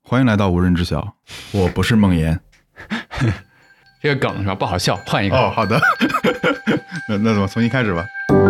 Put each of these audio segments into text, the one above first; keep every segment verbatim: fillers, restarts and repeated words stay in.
欢迎来到无人知晓，我不是梦妍。 这个梗是吧？不好笑，换一个。 哦，好的。那那怎么重新开始吧？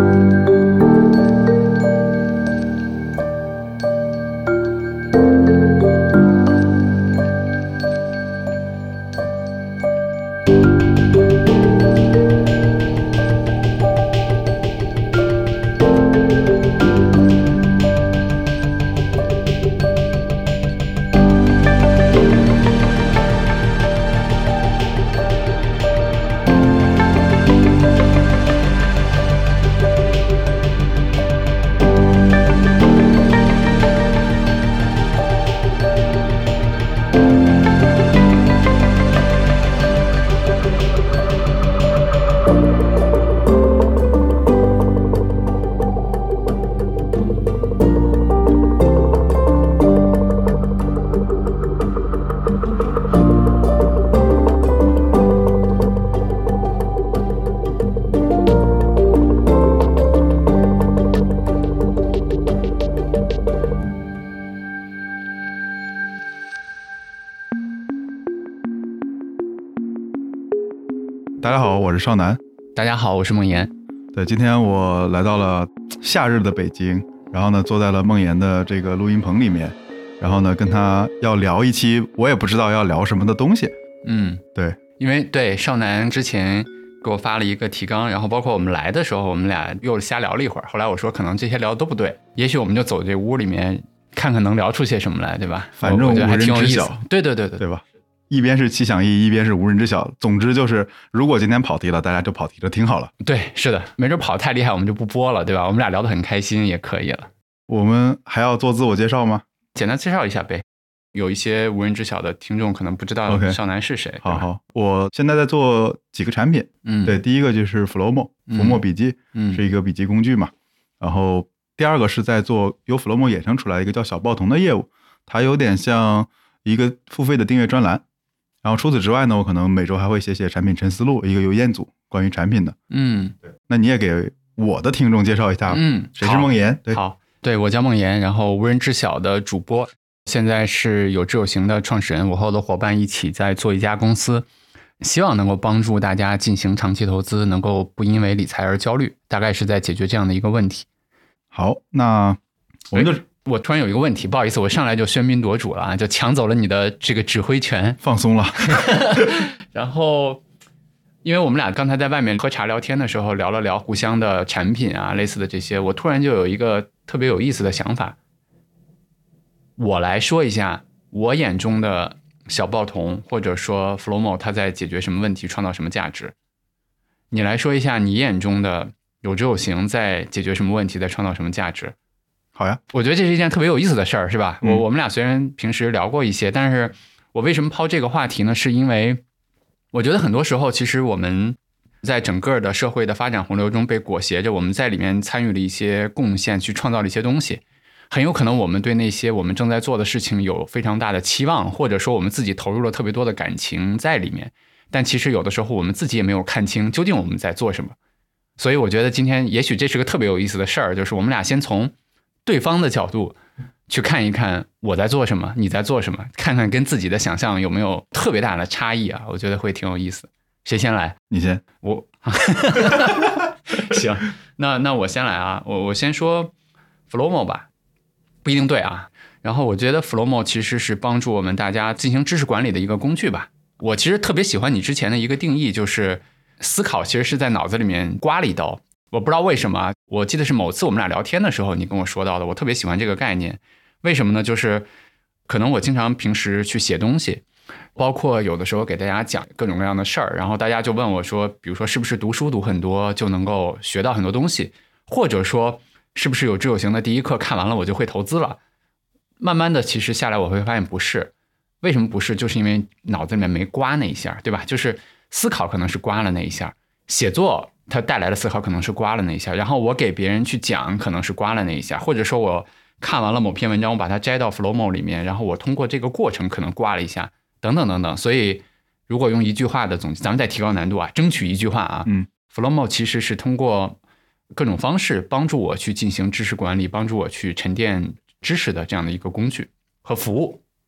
大家好，我是少南。 大家好，我是梦妍。 对，今天我来到了夏日的北京，然后呢，坐在了梦妍的这个录音棚里面，然后呢，跟他要聊一期我也不知道要聊什么的东西。 嗯， 对， 因为对少南之前给我发了一个提纲，然后包括我们来的时候，我们俩又瞎聊了一会儿。后来我说，可能这些聊的都不对，也许我们就走这屋里面看看能聊出些什么来，对吧？ 反正无人知晓。 对对对对， 对吧？一边是奇想异，一边是无人知晓。总之就是，如果今天跑题了，大家就跑题了，听好了。 对，是的，没准跑太厉害，我们就不播了，对吧？我们俩聊得很开心，也可以了。 我们还要做自我介绍吗？ 简单介绍一下呗。有一些无人知晓的听众可能不知道少南是谁。 Okay. 好好，我现在在做几个产品。 嗯， 对，第一个就是 Flomo， 浮墨笔记， 嗯， 是一个笔记工具嘛。然后第二个是在做由 Flomo 衍生出来一个叫小报童的业务，它有点像一个付费的订阅专栏。然后除此之外呢，我可能每周还会写写产品沉思录，一个邮件组关于产品的。 嗯， 对，那你也给我的听众介绍一下， 嗯， 谁是梦妍？对， 好，对，我叫梦妍，然后无人知晓的主播，现在是有知有行的创始人，我和我的伙伴一起在做一家公司，希望能够帮助大家进行长期投资，能够不因为理财而焦虑，大概是在解决这样的一个问题。 好，那我们就。 我突然有一个问题，不好意思，我上来就喧宾夺主了啊，就抢走了你的这个指挥权， 放松了。 然后，因为我们俩刚才在外面喝茶聊天的时候聊了聊互相的产品啊，类似的这些，我突然就有一个特别有意思的想法。我来说一下我眼中的小报童，或者说 Flomo 它在解决什么问题，创造什么价值。你来说一下你眼中的有知有行在解决什么问题，在创造什么价值。 好呀， 我觉得这是一件特别有意思的事儿，是吧？ 嗯、 我我们俩虽然平时聊过一些，但是我为什么抛这个话题呢？是因为我觉得很多时候，其实我们在整个的社会的发展洪流中被裹挟着，我们在里面参与了一些贡献，去创造了一些东西。很有可能我们对那些我们正在做的事情有非常大的期望，或者说我们自己投入了特别多的感情在里面，但其实有的时候我们自己也没有看清究竟我们在做什么。所以我觉得今天也许这是个特别有意思的事儿，就是我们俩先从对方的角度去看一看我在做什么，你在做什么，看看跟自己的想象有没有特别大的差异啊，我觉得会挺有意思。谁先来？ 你先。 我行，那那我先来啊，我我先说 Flomo 吧，不一定对啊。然后我觉得 Flomo 其实是帮助我们大家进行知识管理的一个工具吧。我其实特别喜欢你之前的一个定义，就是思考其实是在脑子里面刮了一刀。我不知道为什么，我记得是某次我们俩聊天的时候你跟我说到的，我特别喜欢这个概念。为什么呢？就是可能我经常平时去写东西，包括有的时候给大家讲各种各样的事儿，然后大家就问我说，比如说是不是读书读很多就能够学到很多东西，或者说是不是有知有行的第一课看完了我就会投资了。慢慢的其实下来我会发现不是。为什么不是？就是因为脑子里面没刮那一下，对吧？就是思考可能是刮了那一下，写作它带来的思考可能是刮了那一下，然后我给别人去讲可能是刮了那一下，或者说我看完了某篇文章，我把它摘到 Flomo 里面，然后我通过这个过程可能刮了一下，等等等等。所以如果用一句话的总结，咱们再提高难度啊，争取一句话啊，嗯 ，Flomo 其实是通过各种方式帮助我去进行知识管理，帮助我去沉淀知识的这样的一个工具和服务。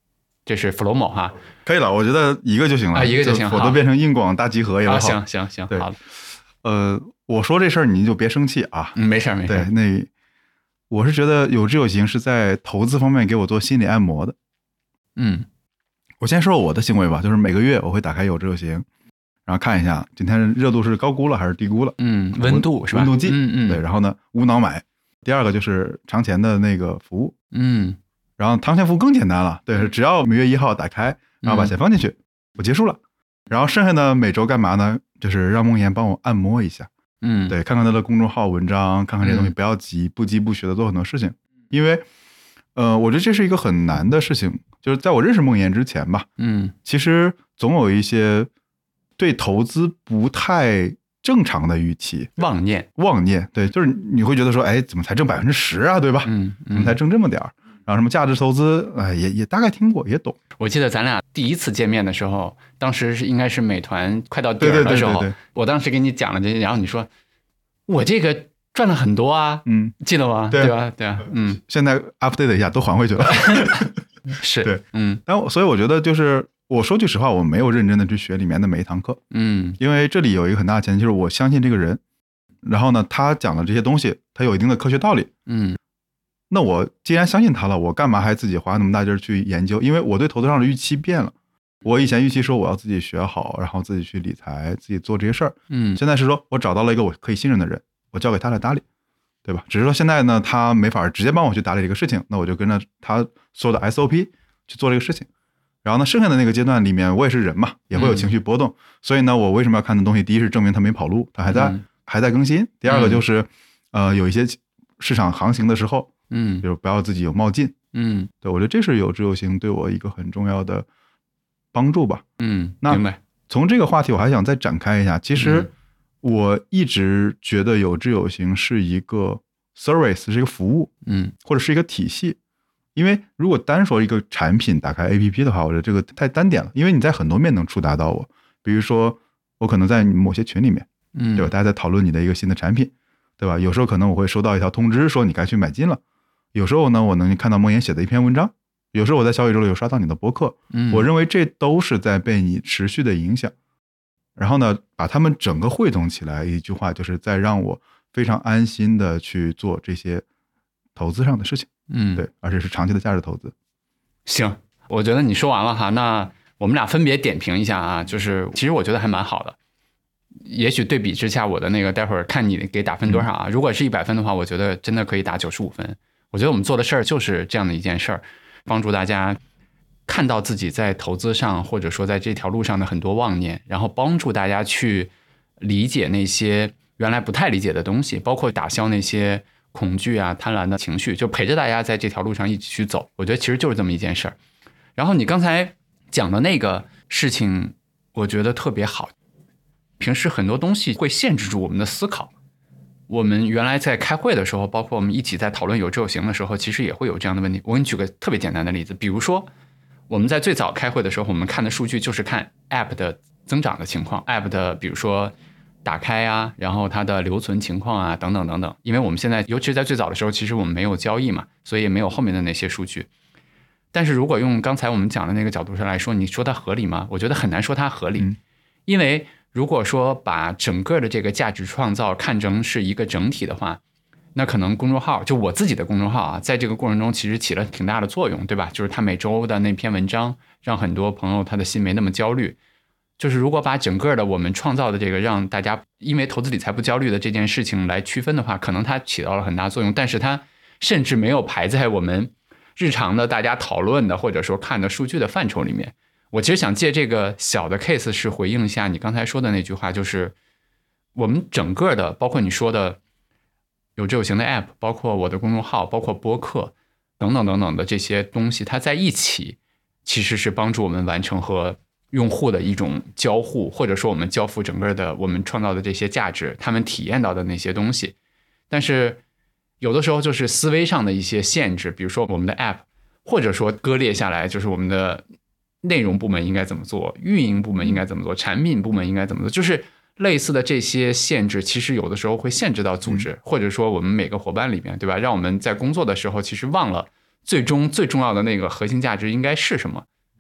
这是 Flomo 哈， 可以了，我觉得一个就行了啊，一个就行， 否则变成硬广大集合也不好。 啊，行行行，好的。 呃，我说这事儿你就别生气啊， 嗯，没事没事。 对，那我是觉得有志有行是在投资方面给我做心理按摩的。 嗯， 我先说我的行为吧，就是每个月我会打开有志有行，然后看一下今天热度是高估了还是低估了， 嗯，温度是吧？ 温度计， 嗯嗯， 对，然后呢无脑买。第二个就是长钱的那个服务， 嗯， 然后长钱服务更简单了，对，只要每月一号打开，然后把钱放进去，嗯、我结束了。然后剩下的每周干嘛呢？就是让梦妍帮我按摩一下， 嗯， 对，看看他的公众号文章，看看这些东西，不要急，不急不徐的做很多事情，因为，呃，我觉得这是一个很难的事情，就是在我认识梦妍之前吧， 嗯， 其实总有一些对投资不太正常的预期， 妄念， 妄念，对，就是你会觉得说，哎，怎么才挣百分之十啊，对吧？ 嗯， 怎么才挣这么点儿？然后什么价值投资，哎，也也大概听过，也懂。 我记得咱俩第一次见面的时候，当时是应该是美团快到底儿的时候， 对对对对对， 我当时给你讲了这些，然后你说我这个赚了很多啊， 嗯， 记得吗？ 对对吧？对啊，嗯， 现在 update 一下，都还回去了。 是， 对， 嗯， 但我所以我觉得就是我说句实话，我没有认真的去学里面的每一堂课， 嗯， 因为这里有一个很大的前提，就是我相信这个人，然后呢，他讲的这些东西，他有一定的科学道理， 嗯。 那我既然相信他了，我干嘛还自己花那么大劲儿去研究？因为我对投资上的预期变了。我以前预期说我要自己学好，然后自己去理财，自己做这些事儿。 嗯， 现在是说我找到了一个我可以信任的人，我交给他来打理，对吧？只是说现在呢，他没法直接帮我去打理这个事情，那我就跟着他说的 S O P 去做这个事情。然后呢，剩下的那个阶段里面，我也是人嘛，也会有情绪波动。嗯、所以呢，我为什么要看的东西？第一是证明他没跑路，他还在、嗯、还在更新。第二个就是，嗯、呃，有一些市场行情的时候。 嗯， 就是不要自己有冒进。 嗯， 对，我觉得这是有志有行对我一个很重要的帮助吧。 嗯， 那明白。 从这个话题我还想再展开一下，其实我一直觉得有志有行是一个 service， 是一个服务， 嗯， 或者是一个体系。因为如果单说一个产品打开 A P P 的话，我觉得这个太单点了，因为你在很多面能触达到我。比如说我可能在某些群里面， 嗯， 对吧？大家在讨论你的一个新的产品，对吧？有时候可能我会收到一条通知说你该去买进了。有时候呢，我能看到梦妍写的一篇文章，有时候我在小宇宙里有刷到你的博客， 嗯， 我认为这都是在被你持续的影响。然后呢，把它们整个汇总起来，一句话就是在让我非常安心的去做这些投资上的事情， 嗯， 对，而且是长期的价值投资。 行，我觉得你说完了哈，那我们俩分别点评一下啊，就是其实我觉得还蛮好的。也许对比之下，我的那个待会儿看你给打分多少啊？嗯、如果是一百分的话，我觉得真的可以打九十五分。我觉得我们做的事儿就是这样的一件事儿，帮助大家看到自己在投资上或者说在这条路上的很多妄念，然后帮助大家去理解那些原来不太理解的东西，包括打消那些恐惧啊、贪婪的情绪，就陪着大家在这条路上一起去走。我觉得其实就是这么一件事儿。然后你刚才讲的那个事情，我觉得特别好。平时很多东西会限制住我们的思考。我们原来在开会的时候，包括我们一起在讨论有志有行的时候，其实也会有这样的问题。我给你举个特别简单的例子，比如说我们在最早开会的时候，我们看的数据就是看 App 的增长的情况 ，App 的比如说打开啊，然后它的留存情况啊，等等等等。因为我们现在尤其是在最早的时候，其实我们没有交易嘛，所以也没有后面的那些数据。但是如果用刚才我们讲的那个角度上来说，你说它合理吗？我觉得很难说它合理， 嗯、 因为如果说把整个的这个价值创造看成是一个整体的话，那可能公众号就我自己的公众号啊，在这个过程中其实起了挺大的作用，对吧？就是他每周的那篇文章让很多朋友他的心没那么焦虑。就是如果把整个的我们创造的这个让大家因为投资理财不焦虑的这件事情来区分的话，可能它起到了很大作用，但是它甚至没有排在我们日常的大家讨论的或者说看的数据的范畴里面。我其实想借这个小的 case 是回应一下你刚才说的那句话，就是我们整个的包括你说的有志有行的 app， 包括我的公众号，包括播客等等等等的这些东西，它在一起其实是帮助我们完成和用户的一种交互，或者说我们交付整个的我们创造的这些价值，他们体验到的那些东西。但是有的时候就是思维上的一些限制，比如说我们的 app， 或者说割裂下来就是我们的内容部门应该怎么做，运营部门应该怎么做，产品部门应该怎么做，就是类似的这些限制其实有的时候会限制到组织、嗯、或者说我们每个伙伴里面，对吧？让我们在工作的时候其实忘了最终最重要的那个核心价值应该是什么。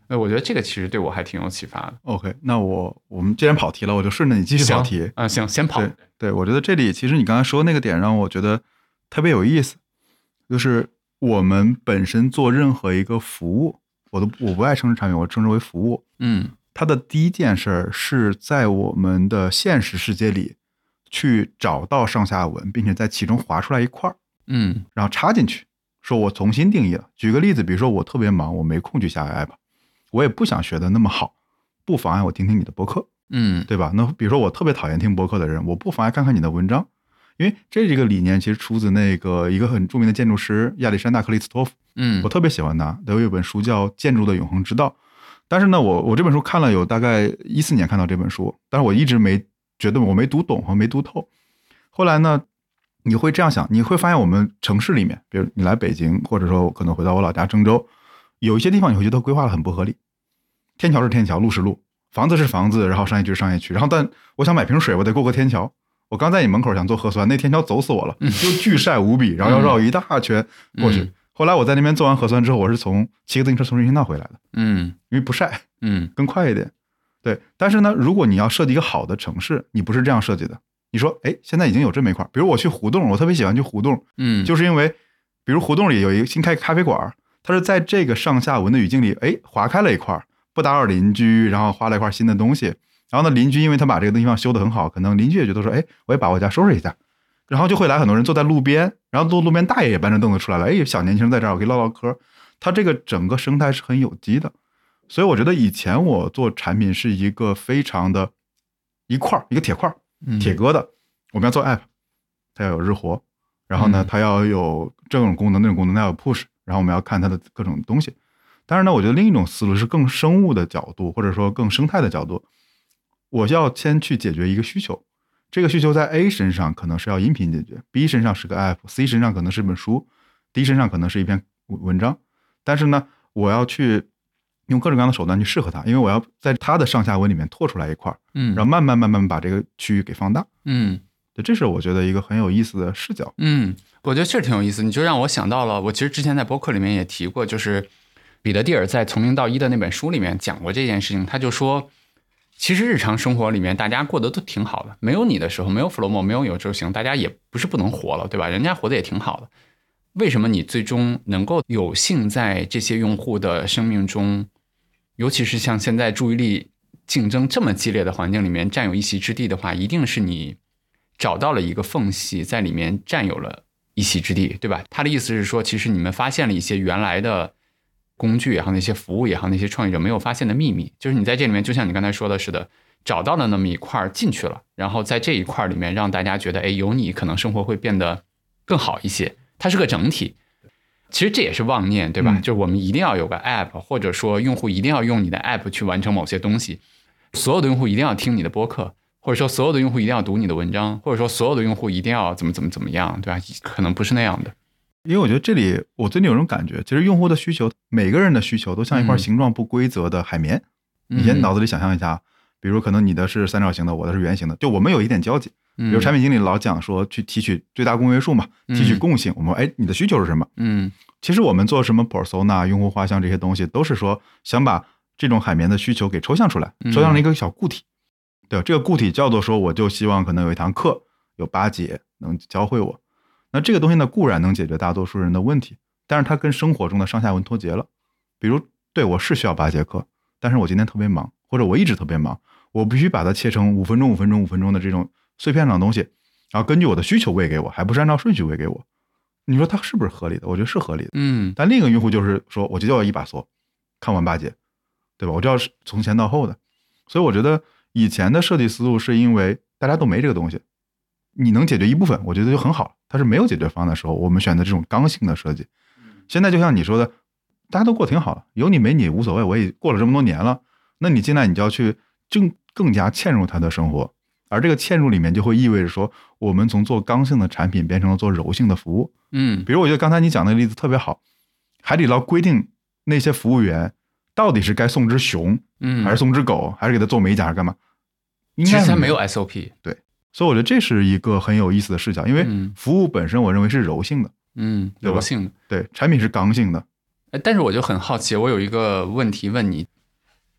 那我觉得这个其实对我还挺有启发的。 OK， 那我我们既然跑题了，我就顺着你继续跑题啊、呃，行，先跑。 对，对我觉得这里其实你刚才说那个点让我觉得特别有意思，就是我们本身做任何一个服务，我都我不爱称之产品，我称之为服务。 嗯， 它的第一件事是在我们的现实世界里去找到上下文，并且在其中划出来一块， 嗯， 然后插进去，说我重新定义了。举个例子，比如说我特别忙，我没空去下 app， 我也不想学的那么好，不妨碍我听听你的播客， 嗯， 对吧？那比如说我特别讨厌听播客的人，我不妨碍看看你的文章，因为这个理念其实出自那个一个很著名的建筑师亚历山大·克里斯托夫， 嗯， 我特别喜欢他，他有一本书叫《建筑的永恒之道》。但是呢，我我这本书看了有大概一四年看到这本书，但是我一直没觉得我没读懂和没读透。后来呢，你会这样想，你会发现我们城市里面，比如你来北京，或者说可能回到我老家郑州，有一些地方你会觉得规划的很不合理。天桥是天桥，路是路，房子是房子，然后商业区是商业区，然后但我想买瓶水，我得过个天桥。我刚在你门口想做核酸，那天桥走死我了，又巨晒无比，然后要绕一大圈过去。嗯嗯，后来我在那边做完核酸之后，我是从骑个自行车从人行道回来的， 嗯， 因为不晒， 嗯， 更快一点。对，但是呢，如果你要设计一个好的城市，你不是这样设计的。你说，哎，现在已经有这么一块，比如我去胡同，我特别喜欢去胡同， 嗯， 就是因为，比如胡同里有一个新开咖啡馆，它是在这个上下文的语境里，哎，划开了一块，不打扰邻居，然后划了一块新的东西。然后呢，邻居因为他把这个地方修得很好，可能邻居也觉得说，哎，我也把我家收拾一下。然后就会来很多人坐在路边，然后路路边大爷也搬着凳子出来了，哎，小年轻人在这儿，我可以唠唠嗑。它这个整个生态是很有机的，所以我觉得以前我做产品是一个非常的一块一个铁块铁疙瘩，我们要做 app， 它要有日活，然后呢，它要有这种功能那种功能，它要有 push， 然后我们要看它的各种东西。当然呢，我觉得另一种思路是更生物的角度，或者说更生态的角度，我要先去解决一个需求。这个需求在 A 身上可能是要音频解决， B 身上是个 app，C 身上可能是一本书， D 身上可能是一篇文章。但是呢，我要去用各种各样的手段去适合它，因为我要在它的上下文里面拓出来一块，嗯，然后慢慢慢慢把这个区域给放大， 嗯， 这是我觉得一个很有意思的视角。 嗯，我觉得这挺有意思，你就让我想到了，我其实之前在播客里面也提过，就是彼得蒂尔在《从零到一》的那本书里面讲过这件事情，他就说，其实日常生活里面大家过得都挺好的，没有你的时候，没有 Flomo， 没有有周行，大家也不是不能活了，对吧？人家活得也挺好的。为什么你最终能够有幸在这些用户的生命中，尤其是像现在注意力竞争这么激烈的环境里面占有一席之地的话，一定是你找到了一个缝隙，在里面占有了一席之地，对吧？他的意思是说，其实你们发现了一些原来的工具也好，那些服务也好，那些创业者没有发现的秘密，就是你在这里面就像你刚才说的似的，找到了那么一块进去了，然后在这一块里面让大家觉得，哎，有你可能生活会变得更好一些，它是个整体。其实这也是妄念，对吧？嗯、就是我们一定要有个 app， 或者说用户一定要用你的 app 去完成某些东西，所有的用户一定要听你的播客，或者说所有的用户一定要读你的文章，或者说所有的用户一定要怎么怎么怎么样，对吧？可能不是那样的。 因为我觉得这里我最近有种感觉，其实用户的需求，每个人的需求都像一块形状不规则的海绵。嗯、你先脑子里想象一下，比如可能你的是三角形的，我的是圆形的，就我们有一点交集。比如产品经理老讲说去提取最大公约数嘛，提取共性。嗯、我们哎，你的需求是什么？嗯，其实我们做什么 persona、用户画像这些东西，都是说想把这种海绵的需求给抽象出来，抽象成一个小固体。嗯、对，这个固体叫做说，我就希望可能有一堂课，有八节能教会我。那这个东西呢，固然能解决大多数人的问题，但是它跟生活中的上下文脱节了。比如，对我是需要八节课，但是我今天特别忙，或者我一直特别忙，我必须把它切成五分钟、五分钟、五分钟的这种碎片上的东西，然后根据我的需求喂给我，还不是按照顺序喂给我。你说它是不是合理的？我觉得是合理的。嗯。但另一个用户就是说，我就要一把梭，看完八节，对吧？我就要从前到后的。所以我觉得以前的设计思路是因为大家都没这个东西。你能解决一部分，我觉得就很好。它是没有解决方案的时候，我们选择这种刚性的设计。现在就像你说的，大家都过挺好了，有你没你无所谓，我也过了这么多年了。那你进来，你就要去更更加嵌入他的生活，而这个嵌入里面就会意味着说，我们从做刚性的产品变成了做柔性的服务。嗯，比如我觉得刚才你讲的例子特别好，海底捞规定那些服务员到底是该送只熊，嗯，还是送只狗，还是给他做美甲，还是干嘛？ 其实它没有 S O P。 对。所以我觉得这是一个很有意思的视角，因为服务本身我认为是柔性的， 嗯，柔性的， 对，产品是刚性的。 但是我就很好奇，我有一个问题问你，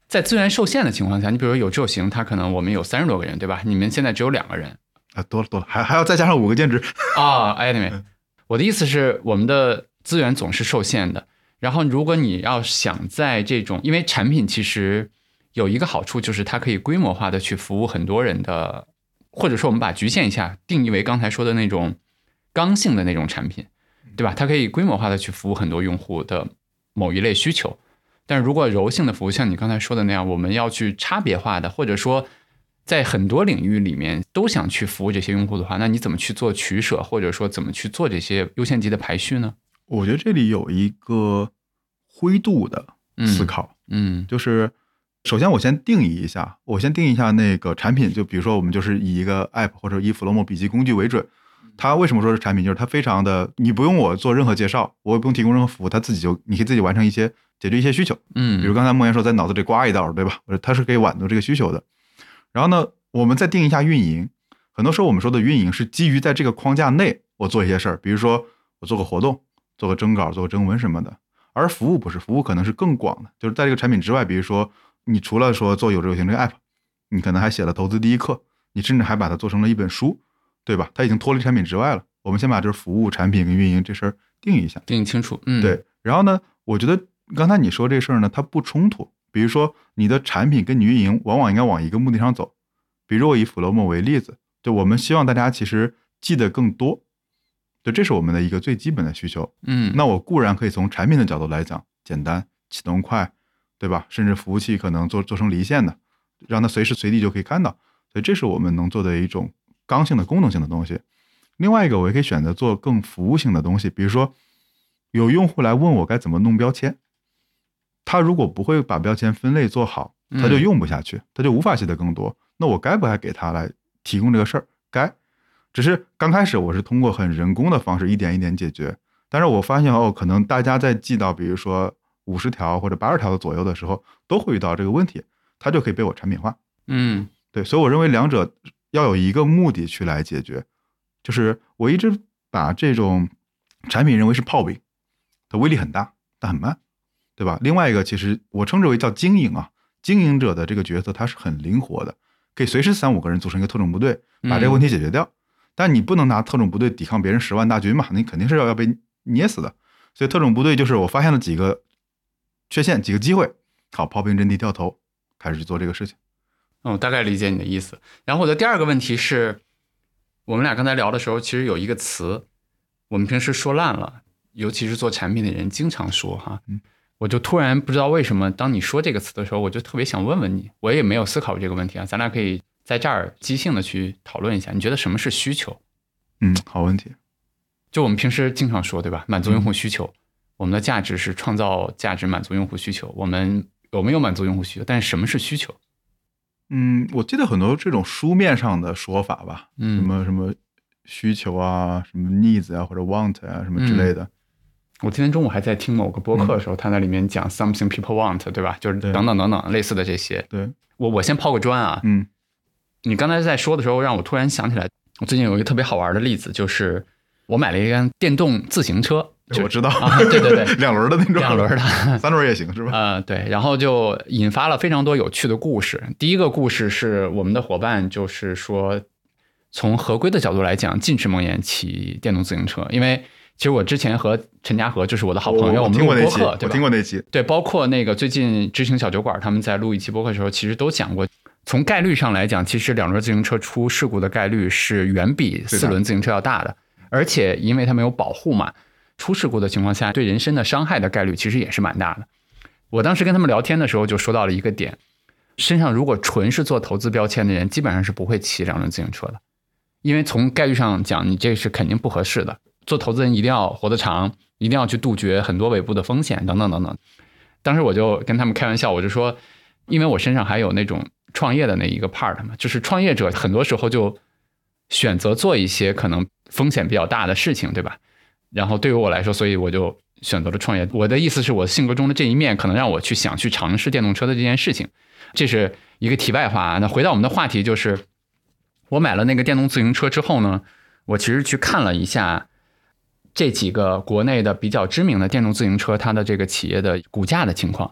在资源受限的情况下，你比如说有宙行，它可能我们有三十多个人，对吧？你们现在只有两个人啊，多了多了，还还要再加上五个兼职啊。Anyway， 我的意思是，我们的资源总是受限的。然后，如果你要想在这种，因为产品其实有一个好处，就是它可以规模化的去服务很多人的，或者说我们把局限一下，定义为刚才说的那种刚性的那种产品，对吧？它可以规模化的去服务很多用户的某一类需求。但是如果柔性的服务，像你刚才说的那样，我们要去差别化的，或者说在很多领域里面都想去服务这些用户的话，那你怎么去做取舍，或者说怎么去做这些优先级的排序呢？ 我觉得这里有一个灰度的思考， 嗯，嗯就是首先我先定义一下，我先定义一下那个产品，就比如说我们就是以一个 app 或者以 Flomo 笔记工具为准，它为什么说是产品？就是它非常的，你不用我做任何介绍，我也不用提供任何服务，它自己就你可以自己完成一些解决一些需求。 嗯， 比如刚才梦妍说在脑子里刮一道，对吧？它是可以满足这个需求的。然后呢，我们再定一下运营，很多时候我们说的运营是基于在这个框架内我做一些事儿，比如说我做个活动，做个征稿，做个征文什么的。而服务不是，服务可能是更广的，就是在这个产品之外，比如说你除了说做有志有行这个 app， 你可能还写了投资第一课，你甚至还把它做成了一本书，对吧？它已经脱离产品之外了。我们先把这服务、产品跟运营这事儿定一下， 定义清楚。嗯， 对。然后呢，我觉得刚才你说这事儿呢，它不冲突。比如说你的产品跟你运营往往应该往一个目的上走。比如我以 Flomo 为例子，就我们希望大家其实记得更多。对，这是我们的一个最基本的需求。 嗯， 那我固然可以从产品的角度来讲，简单、启动快，对吧？甚至服务器可能做做成离线的，让它随时随地就可以看到。所以这是我们能做的一种刚性的功能性的东西。另外一个，我也可以选择做更服务性的东西，比如说有用户来问我该怎么弄标签，他如果不会把标签分类做好，他就用不下去，嗯、他就无法写得更多。那我该不该给他来提供这个事儿？该。只是刚开始我是通过很人工的方式一点一点解决，但是我发现哦，可能大家在记到比如说五十条或者八十条的左右的时候，都会遇到这个问题，它就可以被我产品化。 嗯， 对，所以我认为两者要有一个目的去来解决，就是我一直把这种产品认为是炮兵，它威力很大，但很慢，对吧？另外一个其实我称之为叫经营啊，经营者的这个角色它是很灵活的，可以随时三五个人组成一个特种部队，把这个问题解决掉。嗯，但你不能拿特种部队抵抗别人十万大军嘛，你肯定是要要被捏死的。所以特种部队就是我发现了几个缺陷，几个机会，好，炮兵阵地掉头，开始去做这个事情。 嗯，我大概理解你的意思。然后我的第二个问题是，我们俩刚才聊的时候，其实有一个词，我们平时说烂了，尤其是做产品的人经常说哈。嗯，我就突然不知道为什么，当你说这个词的时候，我就特别想问问你，我也没有思考过这个问题啊，咱俩可以在这儿即兴的去讨论一下，你觉得什么是需求？ 嗯，好问题。 就我们平时经常说，对吧？满足用户需求，嗯、我们的价值是创造价值，满足用户需求。我们有没有满足用户需求？但是什么是需求？ 嗯，我记得很多这种书面上的说法吧，嗯，什么什么需求啊，什么 needs 啊，或者 want 啊，什么之类的。嗯， 我今天中午还在听某个播客的时候，嗯、他在里面讲 something people want， 对吧？就是等等等等类似的这些。 对， 我我先抛个砖啊， 嗯。 你刚才在说的时候，让我突然想起来，我最近有一个特别好玩的例子，就是我买了一辆电动自行车， 我知道， 啊、对对对， 两轮的那种， 两轮的， 三轮也行是吧？ 呃，对，然后就引发了非常多有趣的故事。第一个故事是我们的伙伴，就是说从合规的角度来讲，禁止梦妍骑电动自行车，因为其实我之前和陈嘉禾就是我的好朋友， 我们录播客，对吧？ 我听过那期， 对，包括那个最近知行小酒馆他们在录一期播客的时候，其实都讲过。从概率上来讲，其实两轮自行车出事故的概率是远比四轮自行车要大的，而且因为它没有保护嘛，出事故的情况下对人身的伤害的概率其实也是蛮大的。我当时跟他们聊天的时候就说到了一个点，身上如果纯是做投资标签的人，基本上是不会骑两轮自行车的，因为从概率上讲，你这是肯定不合适的。做投资人一定要活得长，一定要去杜绝很多尾部的风险等等等等。当时我就跟他们开玩笑，我就说，因为我身上还有那种创业的那一个 part 嘛，就是创业者很多时候就选择做一些可能风险比较大的事情，对吧？然后对于我来说，所以我就选择了创业。我的意思是我性格中的这一面可能让我去想去尝试电动车的这件事情，这是一个题外话。那回到我们的话题，就是我买了那个电动自行车之后呢，我其实去看了一下这几个国内的比较知名的电动自行车它的这个企业的股价的情况。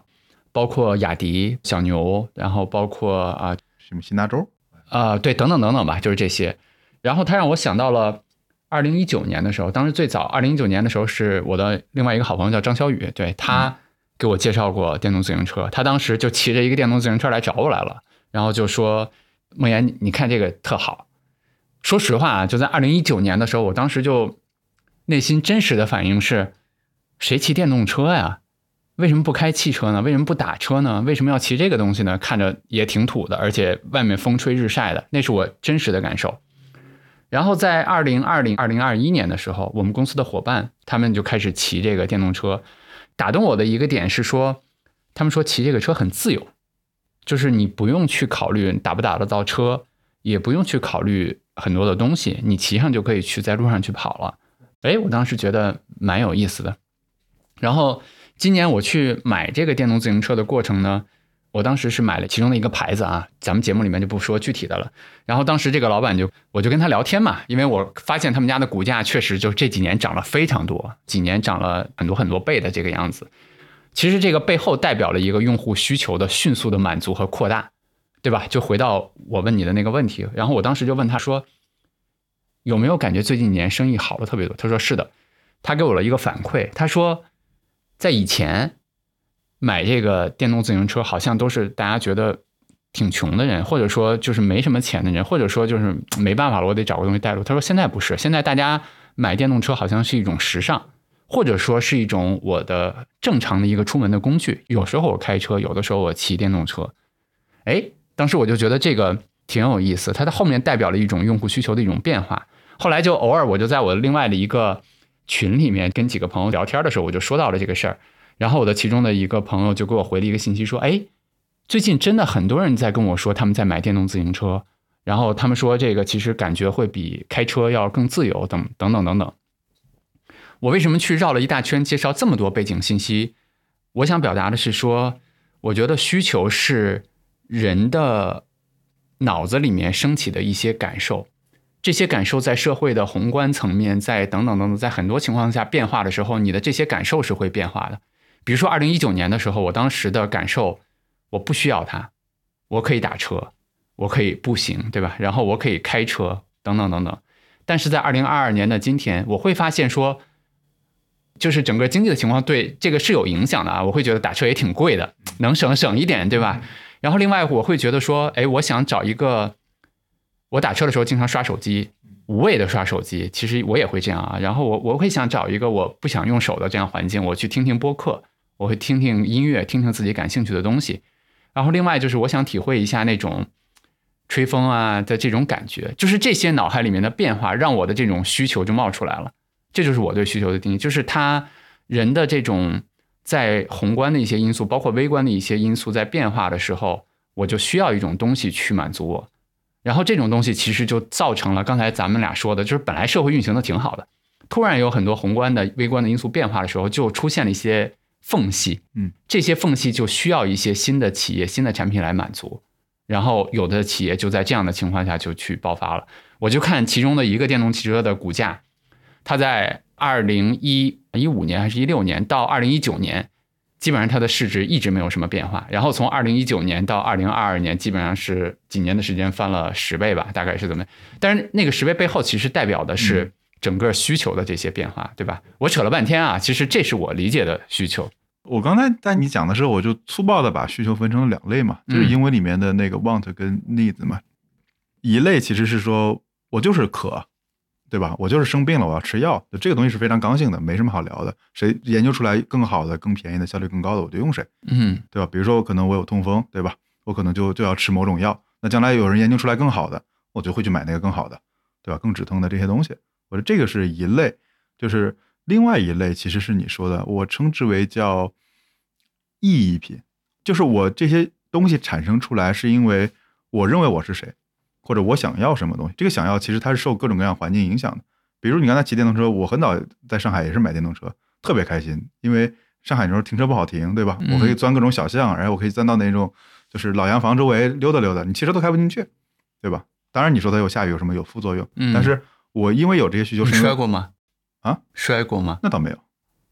包括雅迪、小牛，然后包括啊、 什么新大洲啊、呃、对，等等等等吧，就是这些。然后他让我想到了二零一九年的时候，当时最早二零一九年的时候是我的另外一个好朋友叫张小雨，对，他给我介绍过电动自行车，他当时就骑着一个电动自行车来找我来了，然后就说梦岩，你看这个特好。说实话啊，就在二零一九年的时候，我当时就内心真实的反应是，谁骑电动车呀？为什么不开汽车呢？为什么不打车呢？为什么要骑这个东西呢？看着也挺土的，而且外面风吹日晒的，那是我真实的感受。然后在二零二零、二零二一年的时候，我们公司的伙伴他们就开始骑这个电动车。打动我的一个点是说，他们说骑这个车很自由，就是你不用去考虑打不打得到车，也不用去考虑很多的东西，你骑上就可以去在路上去跑了。哎，我当时觉得蛮有意思的。然后今年我去买这个电动自行车的过程呢，我当时是买了其中的一个牌子啊，咱们节目里面就不说具体的了。然后当时这个老板就，我就跟他聊天嘛，因为我发现他们家的股价确实就这几年涨了非常多，几年涨了很多很多倍的这个样子。其实这个背后代表了一个用户需求的迅速的满足和扩大，对吧？就回到我问你的那个问题，然后我当时就问他说，有没有感觉最近一年生意好了特别多？他说是的。他给我了一个反馈，他说在以前买这个电动自行车好像都是大家觉得挺穷的人，或者说就是没什么钱的人，或者说就是没办法了，我得找个东西带路。他说现在不是，现在大家买电动车好像是一种时尚，或者说是一种我的正常的一个出门的工具。有时候我开车，有的时候我骑电动车。哎，当时我就觉得这个挺有意思，它的后面代表了一种用户需求的一种变化。后来就偶尔我就在我另外的一个群里面跟几个朋友聊天的时候，我就说到了这个事儿。然后我的其中的一个朋友就给我回了一个信息说，哎，最近真的很多人在跟我说他们在买电动自行车，然后他们说这个其实感觉会比开车要更自由等等等等等。我为什么去绕了一大圈介绍这么多背景信息？我想表达的是说，我觉得需求是人的脑子里面升起的一些感受，这些感受在社会的宏观层面，在等等等等，在很多情况下变化的时候，你的这些感受是会变化的。比如说二零一九年的时候，我当时的感受，我不需要它，我可以打车，我可以步行，对吧？然后我可以开车，等等等等。但是在二零二二年的今天，我会发现说，就是整个经济的情况对这个是有影响的啊。我会觉得打车也挺贵的，能省省一点，对吧？然后另外我会觉得说，哎，我想找一个，我打车的时候经常刷手机，无谓的刷手机，其实我也会这样啊。然后我我会想找一个我不想用手的这样环境，我去听听播客，我会听听音乐，听听自己感兴趣的东西。然后另外就是我想体会一下那种吹风啊的这种感觉，就是这些脑海里面的变化让我的这种需求就冒出来了。这就是我对需求的定义，就是他人的这种在宏观的一些因素，包括微观的一些因素在变化的时候，我就需要一种东西去满足我。然后这种东西其实就造成了刚才咱们俩说的，就是本来社会运行的挺好的，突然有很多宏观的微观的因素变化的时候，就出现了一些缝隙， 嗯， 这些缝隙就需要一些新的企业、新的产品来满足。然后有的企业就在这样的情况下就去爆发了。我就看其中的一个电动汽车的股价，它在二零一五年还是一六年到二零一九年，基本上它的市值一直没有什么变化。然后从二零一九年到二零二二年，基本上是几年的时间翻了十倍吧，大概是怎么？但是那个十倍背后其实代表的是整个需求的这些变化，对吧？我扯了半天啊，其实这是我理解的需求。 我刚才在你讲的时候，我就粗暴的把需求分成了两类嘛，就是英文里面的那个 want 跟 needs 嘛。一类其实是说我就是渴，对吧？我就是生病了，我要吃药，这个东西是非常刚性的，没什么好聊的。谁研究出来更好的、更便宜的、效率更高的，我就用谁， 嗯， 对吧？比如说我可能我有痛风，对吧？我可能就就要吃某种药，那将来有人研究出来更好的，我就会去买那个更好的，对吧？更止痛的这些东西，我说这个是一类。就是另外一类其实是你说的，我称之为叫意义品，就是我这些东西产生出来是因为我认为我是谁，或者我想要什么东西。这个想要其实它是受各种各样环境影响的。比如你刚才骑电动车，我很早在上海也是买电动车，特别开心，因为上海那时候停车不好停，对吧？我可以钻各种小巷，然后我可以钻到那种就是老洋房周围溜达溜达，你汽车都开不进去，对吧？当然你说它有下雨有什么有副作用，但是我因为有这些需求， 你摔过吗？ 啊， 摔过吗？ 那倒没有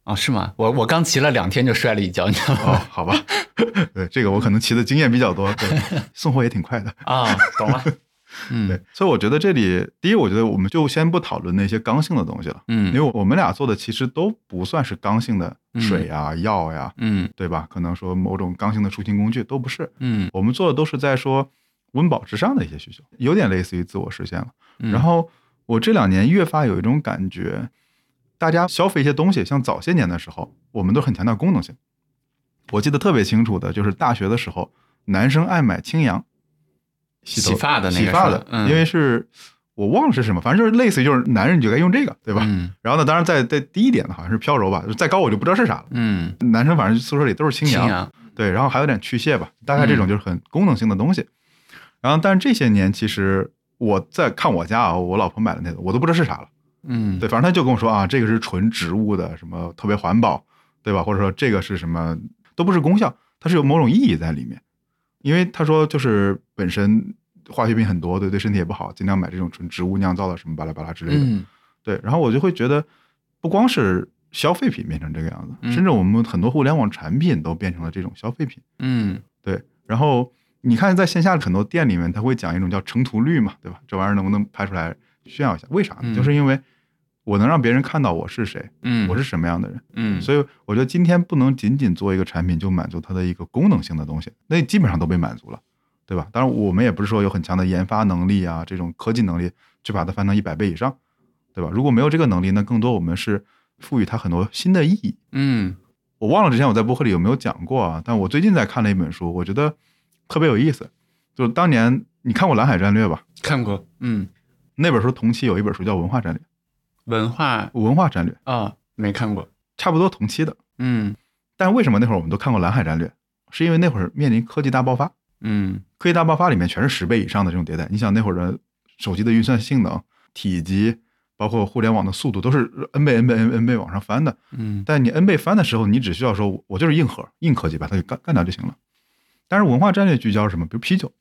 哦，是吗？我我刚骑了两天就摔了一跤，你知道吗？ 哦，好吧，对，这个我可能骑的经验比较多，对，送货也挺快的啊，懂了。嗯， 对，所以我觉得这里，第一，我觉得我们就先不讨论那些刚性的东西了， 嗯， 因为我们俩做的其实都不算是刚性的水啊、嗯、药呀， 嗯， 对吧？可能说某种刚性的出行工具都不是， 嗯， 我们做的都是在说温饱之上的一些需求，有点类似于自我实现了。 嗯、 然后我这两年越发有一种感觉，大家消费一些东西，像早些年的时候，我们都很强调功能性。我记得特别清楚的就是大学的时候，男生爱买清扬。洗, 洗发的那个洗发的、嗯，因为是我忘了是什么，反正就是类似于就是男人你就该用这个，对吧？ 嗯、 然后呢，当然再再低一点的好像是飘柔吧，再高我就不知道是啥了。 嗯， 男生反正宿舍里都是清扬， 清扬对，然后还有点去屑吧，大概这种就是很功能性的东西。嗯、然后，但是这些年其实我在看我家啊，我老婆买的那个我都不知道是啥了。 嗯， 对，反正他就跟我说啊，这个是纯植物的，什么特别环保，对吧？或者说这个是什么，都不是功效，它是有某种意义在里面。因为他说就是本身化学品很多，对对身体也不好，尽量买这种纯植物酿造的什么巴拉巴拉之类的。 嗯、 对，然后我就会觉得，不光是消费品变成这个样子，嗯、甚至我们很多互联网产品都变成了这种消费品。 嗯， 对。然后你看在线下很多店里面，他会讲一种叫成图率嘛，对吧？这玩意儿能不能拍出来炫耀一下？为啥呢？ 嗯、 就是因为我能让别人看到我是谁， 嗯， 我是什么样的人， 嗯， 所以我觉得今天不能仅仅做一个产品就满足它的一个功能性的东西，那基本上都被满足了。对吧？当然，我们也不是说有很强的研发能力啊，这种科技能力去把它翻到一百倍以上，对吧？如果没有这个能力，那更多我们是赋予它很多新的意义。 嗯， 我忘了之前我在播客里有没有讲过啊？但我最近在看了一本书，我觉得特别有意思。就是当年你看过《蓝海战略》吧？ 看过。嗯， 那本书同期有一本书叫《文化战略》。 文化文化战略啊、哦，没看过， 差不多同期的。 嗯， 但为什么那会儿我们都看过《蓝海战略》？是因为那会儿面临科技大爆发。 嗯， 科技大爆发里面全是十倍以上的这种迭代。你想那会儿的手机的运算性能、体积，包括互联网的速度，都是 N 倍、N 倍、N 倍往上翻的。 嗯， 但你 N 倍翻的时候，你只需要说，我就是硬核、硬科技，把它给干干掉就行了。但是文化战略聚焦什么？比如啤酒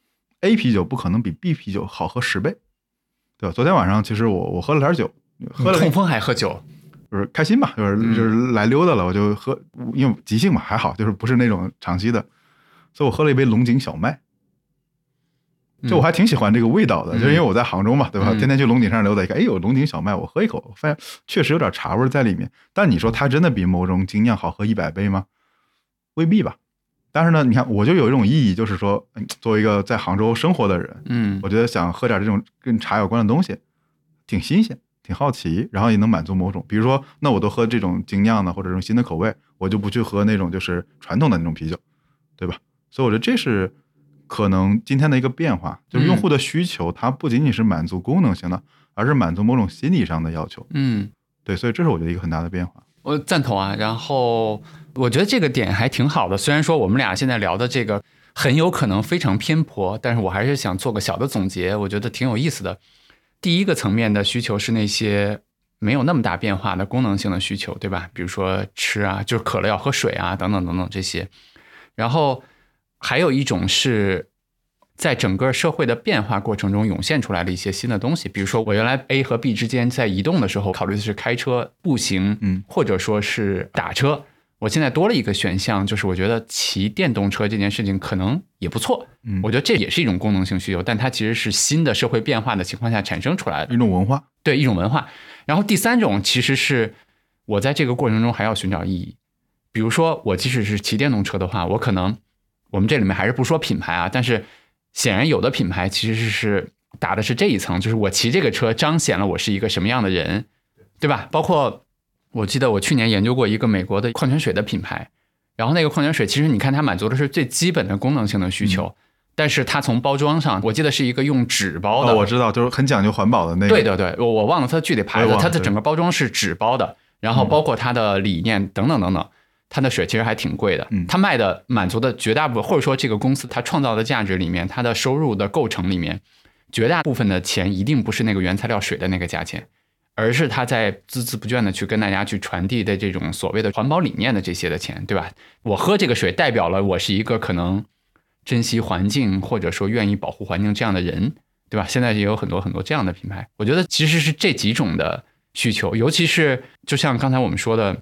，A 啤酒不可能比 B 啤酒好喝十倍，对吧？昨天晚上其实我我喝了点酒，喝了痛风还喝酒， 就是开心嘛，就是就是来溜达了，我就喝，因为即兴嘛，还好，就是不是那种长期的。所以我喝了一杯龙井小麦，就我还挺喜欢这个味道的，嗯、就是因为我在杭州嘛，对吧？嗯、天天去龙井上溜达，一看，哎，有龙井小麦，我喝一口，我发现确实有点茶味在里面。但你说它真的比某种精酿好喝一百倍吗？未必吧。但是呢，你看，我就有一种意义，就是说，作为一个在杭州生活的人， 嗯， 我觉得想喝点这种跟茶有关的东西，挺新鲜，挺好奇，然后也能满足某种，比如说，那我都喝这种精酿的或者这种新的口味，我就不去喝那种就是传统的那种啤酒，对吧？所以我觉得这是可能今天的一个变化，就是用户的需求，它不仅仅是满足功能性的，而是满足某种心理上的要求。 嗯， 对，所以这是我觉得一个很大的变化。 我赞同啊，然后我觉得这个点还挺好的。虽然说我们俩现在聊的这个很有可能非常偏颇，但是我还是想做个小的总结，我觉得挺有意思的。第一个层面的需求是那些没有那么大变化的功能性的需求，对吧？比如说吃啊，就是渴了要喝水啊，等等等等这些。然后还有一种是在整个社会的变化过程中涌现出来的一些新的东西，比如说我原来 A 和 B 之间在移动的时候考虑的是开车、步行， 嗯， 或者说是打车，我现在多了一个选项，就是我觉得骑电动车这件事情可能也不错， 嗯， 我觉得这也是一种功能性需求，但它其实是新的社会变化的情况下产生出来的一种文化， 对，一种文化。然后第三种其实是我在这个过程中还要寻找意义，比如说我即使是骑电动车的话，我可能我们这里面还是不说品牌啊，但是显然有的品牌其实是打的是这一层，就是我骑这个车彰显了我是一个什么样的人，对吧？包括我记得我去年研究过一个美国的矿泉水的品牌，然后那个矿泉水其实你看它满足的是最基本的功能性的需求，嗯、但是它从包装上，我记得是一个用纸包的， 哦、我知道，就是很讲究环保的那个。 对对对，我我忘了它具体牌子，它的整个包装是纸包的，然后包括它的理念等等等等。嗯，它的水其实还挺贵的，它卖的满足的绝大部分，或者说这个公司它创造的价值里面，它的收入的构成里面，绝大部分的钱一定不是那个原材料水的那个价钱，而是它在孜孜不倦的去跟大家去传递的这种所谓的环保理念的这些的钱，对吧？我喝这个水代表了我是一个可能珍惜环境或者说愿意保护环境这样的人，对吧？现在也有很多很多这样的品牌，我觉得其实是这几种的需求，尤其是就像刚才我们说的。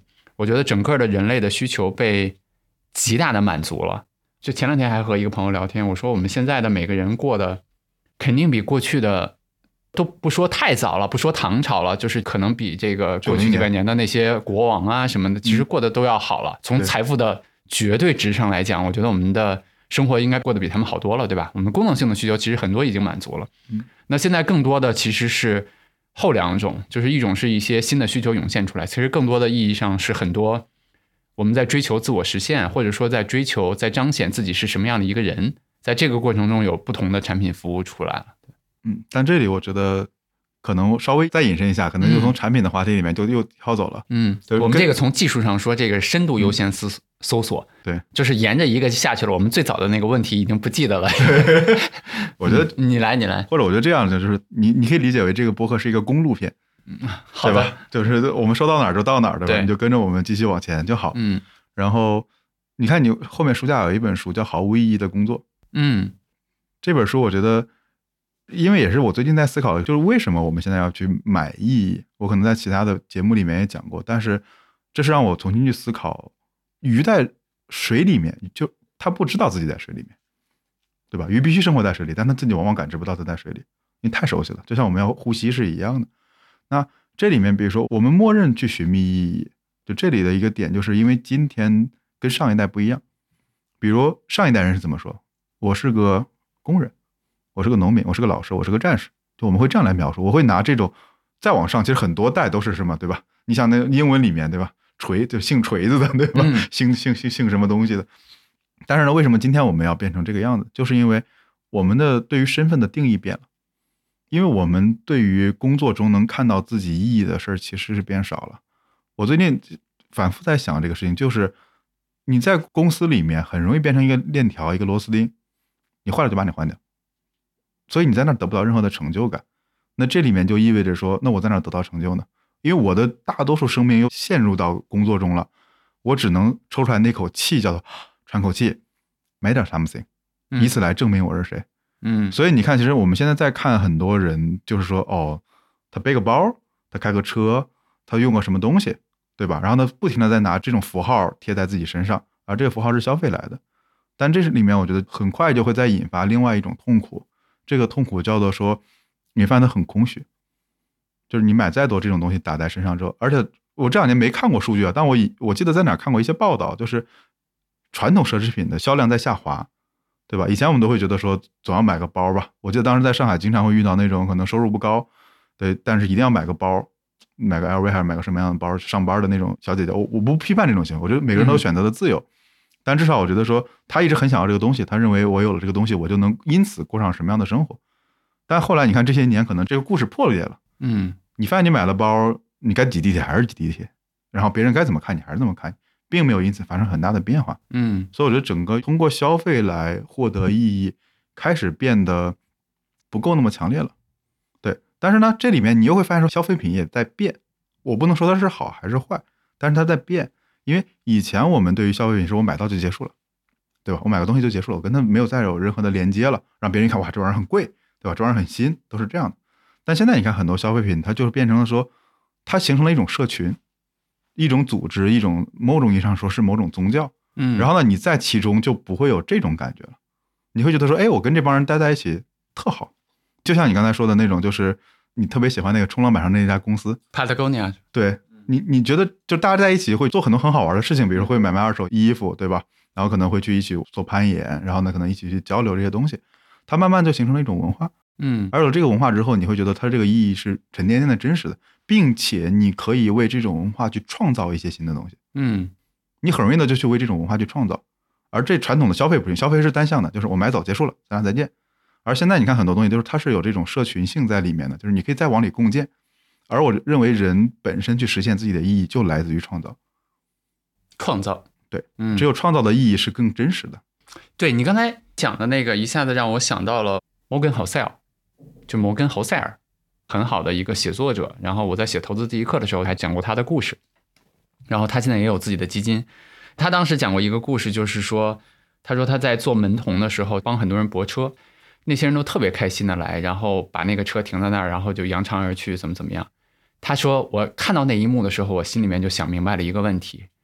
我觉得整个的人类的需求被极大的满足了。就前两天还和一个朋友聊天，我说我们现在的每个人过得肯定比过去的，都不说太早了，不说唐朝了，就是可能比这个过去几百年的那些国王啊什么的，其实过得都要好了。从财富的绝对值上来讲，我觉得我们的生活应该过得比他们好多了，对吧？我们功能性的需求其实很多已经满足了。 嗯， 那现在更多的其实是后两种，就是一种是一些新的需求涌现出来，其实更多的意义上是很多我们在追求自我实现，或者说在追求在彰显自己是什么样的一个人，在这个过程中有不同的产品服务出来了。 嗯，但这里我觉得可能稍微再引申一下，可能就从产品的话题里面就又跳走了。 嗯，我们这个从技术上说，这个深度优先搜搜索， 嗯、对， 就是沿着一个下去了。我们最早的那个问题已经不记得了。 我觉得、 嗯、你来，你来， 或者我觉得这样的就是你你可以理解为这个播客是一个公路片， 嗯，好的， 对吧？就是我们说到哪儿就到哪儿，对吧？ 对， 你就跟着我们继续往前就好。 嗯， 然后你看你后面书架有一本书叫《毫无意义的工作》， 嗯， 这本书我觉得。因为也是我最近在思考的，就是为什么我们现在要去买意义。我可能在其他的节目里面也讲过，但是这是让我重新去思考，鱼在水里面，就它不知道自己在水里面，对吧？鱼必须生活在水里，但它自己往往感知不到它在水里，你太熟悉了，就像我们要呼吸是一样的。那这里面比如说我们默认去寻觅意义，就这里的一个点，就是因为今天跟上一代不一样。比如上一代人是怎么说，我是个工人，我是个农民，我是个老师，我是个战士，就我们会这样来描述。我会拿这种再往上，其实很多代都是什么，对吧？你想那英文里面，对吧？锤就姓锤子的，对吧？ 嗯、 姓姓姓姓什么东西的？但是呢，为什么今天我们要变成这个样子？就是因为我们的对于身份的定义变了，因为我们对于工作中能看到自己意义的事儿其实是变少了。我最近反复在想这个事情，就是你在公司里面很容易变成一个链条，一个螺丝钉，你坏了就把你换掉。所以你在那儿得不到任何的成就感，那这里面就意味着说，那我在哪儿得到成就呢？因为我的大多数生命又陷入到工作中了，我只能抽出来那口气，叫做喘口气，买点 something， 以此来证明我是谁。 嗯， 所以你看，其实我们现在在看很多人，就是说，哦，他背个包，他开个车，他用个什么东西，对吧？然后呢，不停的在拿这种符号贴在自己身上，而这个符号是消费来的。但这里面我觉得很快就会再引发另外一种痛苦。这个痛苦叫做说，你发现它很空虚，就是你买再多这种东西打在身上之后，而且我这两年没看过数据啊，但我我记得在哪看过一些报道，就是传统奢侈品的销量在下滑，对吧？以前我们都会觉得说总要买个包吧，我记得当时在上海经常会遇到那种可能收入不高，对，但是一定要买个包，买个 L V 还是买个什么样的包上班的那种小姐姐，我我不批判这种行为，我觉得每个人都有选择的自由。嗯，但至少我觉得说他一直很想要这个东西，他认为我有了这个东西我就能因此过上什么样的生活。但后来你看这些年可能这个故事破裂了， 嗯， 你发现你买了包，你该挤地铁还是挤地铁，然后别人该怎么看你还是怎么看你，并没有因此发生很大的变化。 嗯， 所以我觉得整个通过消费来获得意义开始变得不够那么强烈了。对，但是呢这里面你又会发现说消费品也在变，我不能说它是好还是坏，但是它在变。因为以前我们对于消费品是我买到就结束了，对吧？我买个东西就结束了，我跟它没有再有任何的连接了，让别人一看哇这玩意儿很贵，对吧？这玩意儿很新，都是这样的。但现在你看很多消费品它就是变成了说它形成了一种社群，一种组织，一种某种意义上说是某种宗教。 嗯， 然后呢你在其中就不会有这种感觉了，你会觉得说哎我跟这帮人待在一起特好，就像你刚才说的那种，就是你特别喜欢那个冲浪板上那家公司 Patagonia， 对，你你觉得就大家在一起会做很多很好玩的事情，比如会买卖二手衣服，对吧？然后可能会去一起做攀岩，然后呢可能一起去交流这些东西，它慢慢就形成了一种文化。 嗯， 而有这个文化之后，你会觉得它这个意义是沉甸甸的真实的，并且你可以为这种文化去创造一些新的东西。 嗯， 你很容易的就去为这种文化去创造。而这传统的消费不行，消费是单向的，就是我买走结束了，咱俩再见。而现在你看很多东西就是它是有这种社群性在里面的，就是你可以再往里共建。而我认为人本身去实现自己的意义就来自于创造， 创造， 对， 嗯， 只有创造的意义是更真实的。 对，你刚才讲的那个一下子让我想到了摩根侯塞尔，就摩根侯塞尔很好的一个写作者，然后我在写投资第一课的时候还讲过他的故事，然后他现在也有自己的基金。他当时讲过一个故事，就是说他说他在做门童的时候帮很多人泊车，那些人都特别开心的来，然后把那个车停在那儿，然后就扬长而去，怎么怎么样。他说我看到那一幕的时候，我心里面就想明白了一个问题，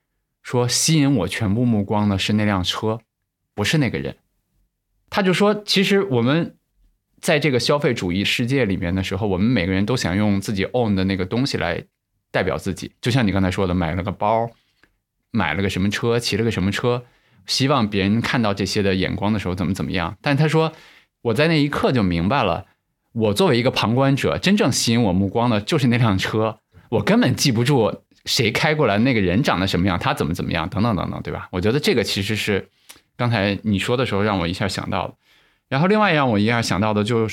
说吸引我全部目光的是那辆车，不是那个人。他就说，其实我们在这个消费主义世界里面的时候，我们每个人都想用自己 own 的那个东西来代表自己，就像你刚才说的，买了个包，买了个什么车，骑了个什么车，希望别人看到这些的眼光的时候怎么怎么样。但他说，我在那一刻就明白了，我作为一个旁观者，真正吸引我目光的就是那辆车，我根本记不住谁开过来，那个人长得什么样，他怎么怎么样，等等等等，对吧？我觉得这个其实是刚才你说的时候让我一下想到了。然后另外让我一下想到的就是，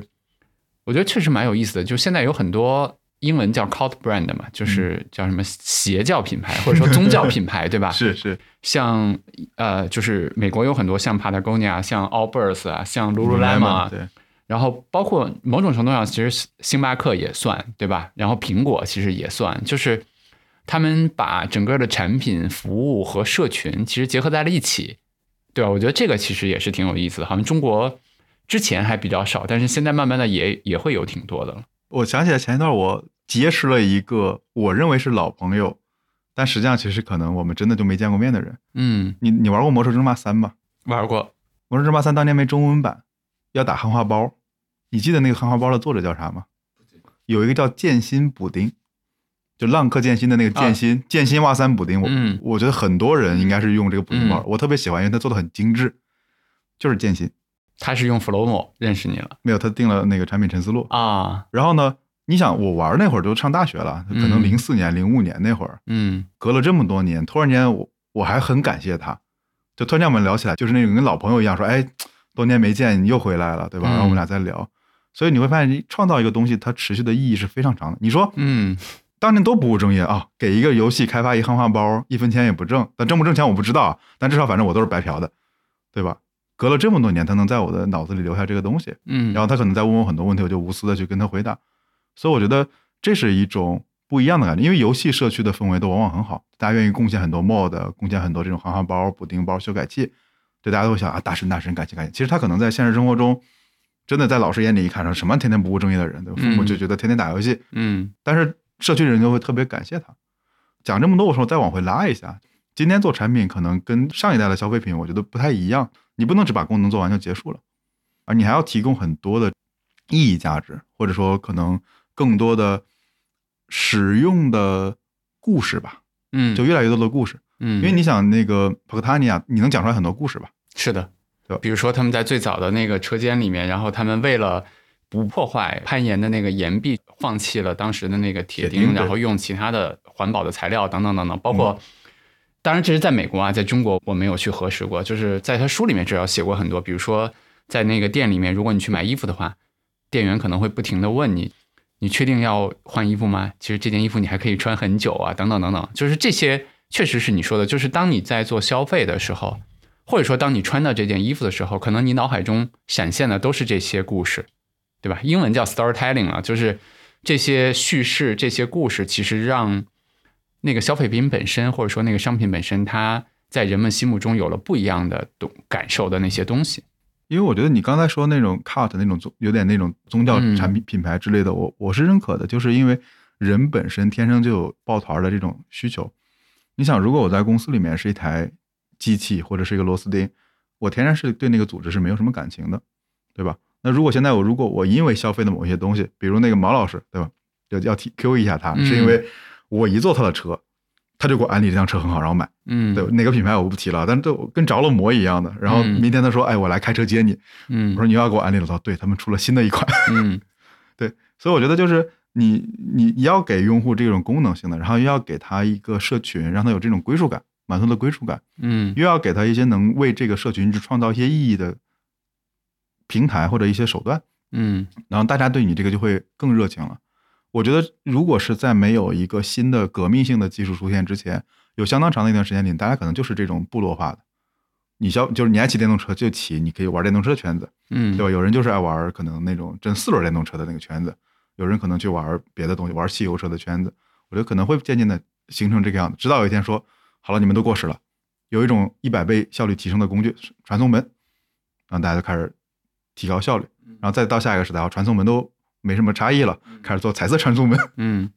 我觉得确实蛮有意思的，就现在有很多英文叫 cult brand 嘛，就是叫什么邪教品牌或者说宗教品牌，对吧？ 是是， 像呃，就是美国有很多像 Patagonia、像 Allbirds 啊、像 Lululemon 啊， 对， 然后包括某种程度上，其实星巴克也算，对吧？然后苹果其实也算，就是他们把整个的产品、服务和社群其实结合在了一起。对吧？我觉得这个其实也是挺有意思的，好像中国之前还比较少，但是现在慢慢的也也会有挺多的了。 我想起来前一段我结识了一个我认为是老朋友，但实际上其实可能我们真的就没见过面的人。 嗯， 你你玩过魔兽争霸三吧？ 玩过。 魔兽争霸三当年没中文版，要打汉化包，你记得那个汉化包的作者叫啥吗？有一个叫剑心补丁，就浪客剑心的那个剑心，啊、剑心哇三补丁，我、嗯、我觉得很多人应该是用这个补丁包、嗯，我特别喜欢，因为它做的很精致，就是剑心。 他是用 Flomo 认识你了？ 没有，他定了那个产品陈思路啊。 然后呢，你想我玩那会儿都上大学了，可能零四年、零五年那会儿， 嗯， 隔了这么多年，突然间我我还很感谢他，就突然间我们聊起来，就是那种跟老朋友一样，说，哎，多年没见，你又回来了，对吧？然后我们俩再聊，嗯、所以你会发现，创造一个东西，它持续的意义是非常长的。你说， 嗯。 当年都不务正业啊，给一个游戏开发一汉化包，一分钱也不挣，但挣不挣钱我不知道啊，但至少反正我都是白嫖的，对吧？隔了这么多年，他能在我的脑子里留下这个东西， 嗯， 然后他可能在问我很多问题，我就无私的去跟他回答，所以我觉得这是一种不一样的感觉，因为游戏社区的氛围都往往很好，大家愿意贡献很多 mod， 贡献很多这种汉化包、补丁包、修改器，对，大家都会想啊，大神大神，感谢感谢。其实他可能在现实生活中，真的在老师眼里一看，说什么天天不务正业的人，对吧？父母就觉得天天打游戏， 嗯， 但是社区人就会特别感谢他。讲这么多，我说再往回拉一下，今天做产品可能跟上一代的消费品我觉得不太一样，你不能只把功能做完就结束了，而你还要提供很多的意义价值，或者说可能更多的使用的故事吧， 嗯， 就越来越多的故事， 嗯， 因为你想那个 Pocatania， 你能讲出来很多故事吧？ 是的，对，比如说他们在最早的那个车间里面，然后他们为了不破坏攀岩的那个岩壁，放弃了当时的那个铁钉，然后用其他的环保的材料等等等等，包括、嗯、当然这是在美国啊，在中国我没有去核实过，就是在他书里面至少写过很多，比如说在那个店里面，如果你去买衣服的话，店员可能会不停的问你，你确定要换衣服吗？其实这件衣服你还可以穿很久啊，等等等等，就是这些确实是你说的，就是当你在做消费的时候，或者说当你穿到这件衣服的时候，可能你脑海中闪现的都是这些故事，对吧？英文叫 storytelling 啊，就是这些叙事、这些故事，其实让那个消费品本身，或者说那个商品本身，它在人们心目中有了不一样的感受的那些东西。 因为我觉得你刚才说那种 cult 那种有点那种宗教产品品牌之类的，嗯、我我是认可的，就是因为人本身天生就有抱团的这种需求。你想，如果我在公司里面是一台机器或者是一个螺丝钉，我天然是对那个组织是没有什么感情的，对吧？那如果现在我如果我因为消费的某些东西，比如那个毛老师，对吧？要要 Q 一下他，是因为我一坐他的车，他就给我安利这辆车很好，然后买， 嗯， 对，哪个品牌我不提了，但是这跟着了魔一样的。然后明天他说，哎，我来开车接你， 嗯， 我说你要给我安利了，他说对，他们出了新的一款， 嗯， 对，所以我觉得就是你你要给用户这种功能性的，然后又要给他一个社群，让他有这种归属感，满足的归属感， 嗯， 又要给他一些能为这个社群去创造一些意义的平台或者一些手段， 嗯， 然后大家对你这个就会更热情了。我觉得如果是在没有一个新的革命性的技术出现之前，有相当长的一段时间里，大家可能就是这种部落化的，你消就是你爱骑电动车就骑，你可以玩电动车的圈子， 嗯， 对吧？有人就是爱玩可能那种真四轮电动车的那个圈子，有人可能去玩别的东西，玩汽油车的圈子，我觉得可能会渐渐的形成这个样子，直到有一天说好了，你们都过时了，有一种一百倍效率提升的工具传送门，然后大家就开始提高效率，然后再到下一个时代，传送门都没什么差异了，开始做彩色传送门， 嗯，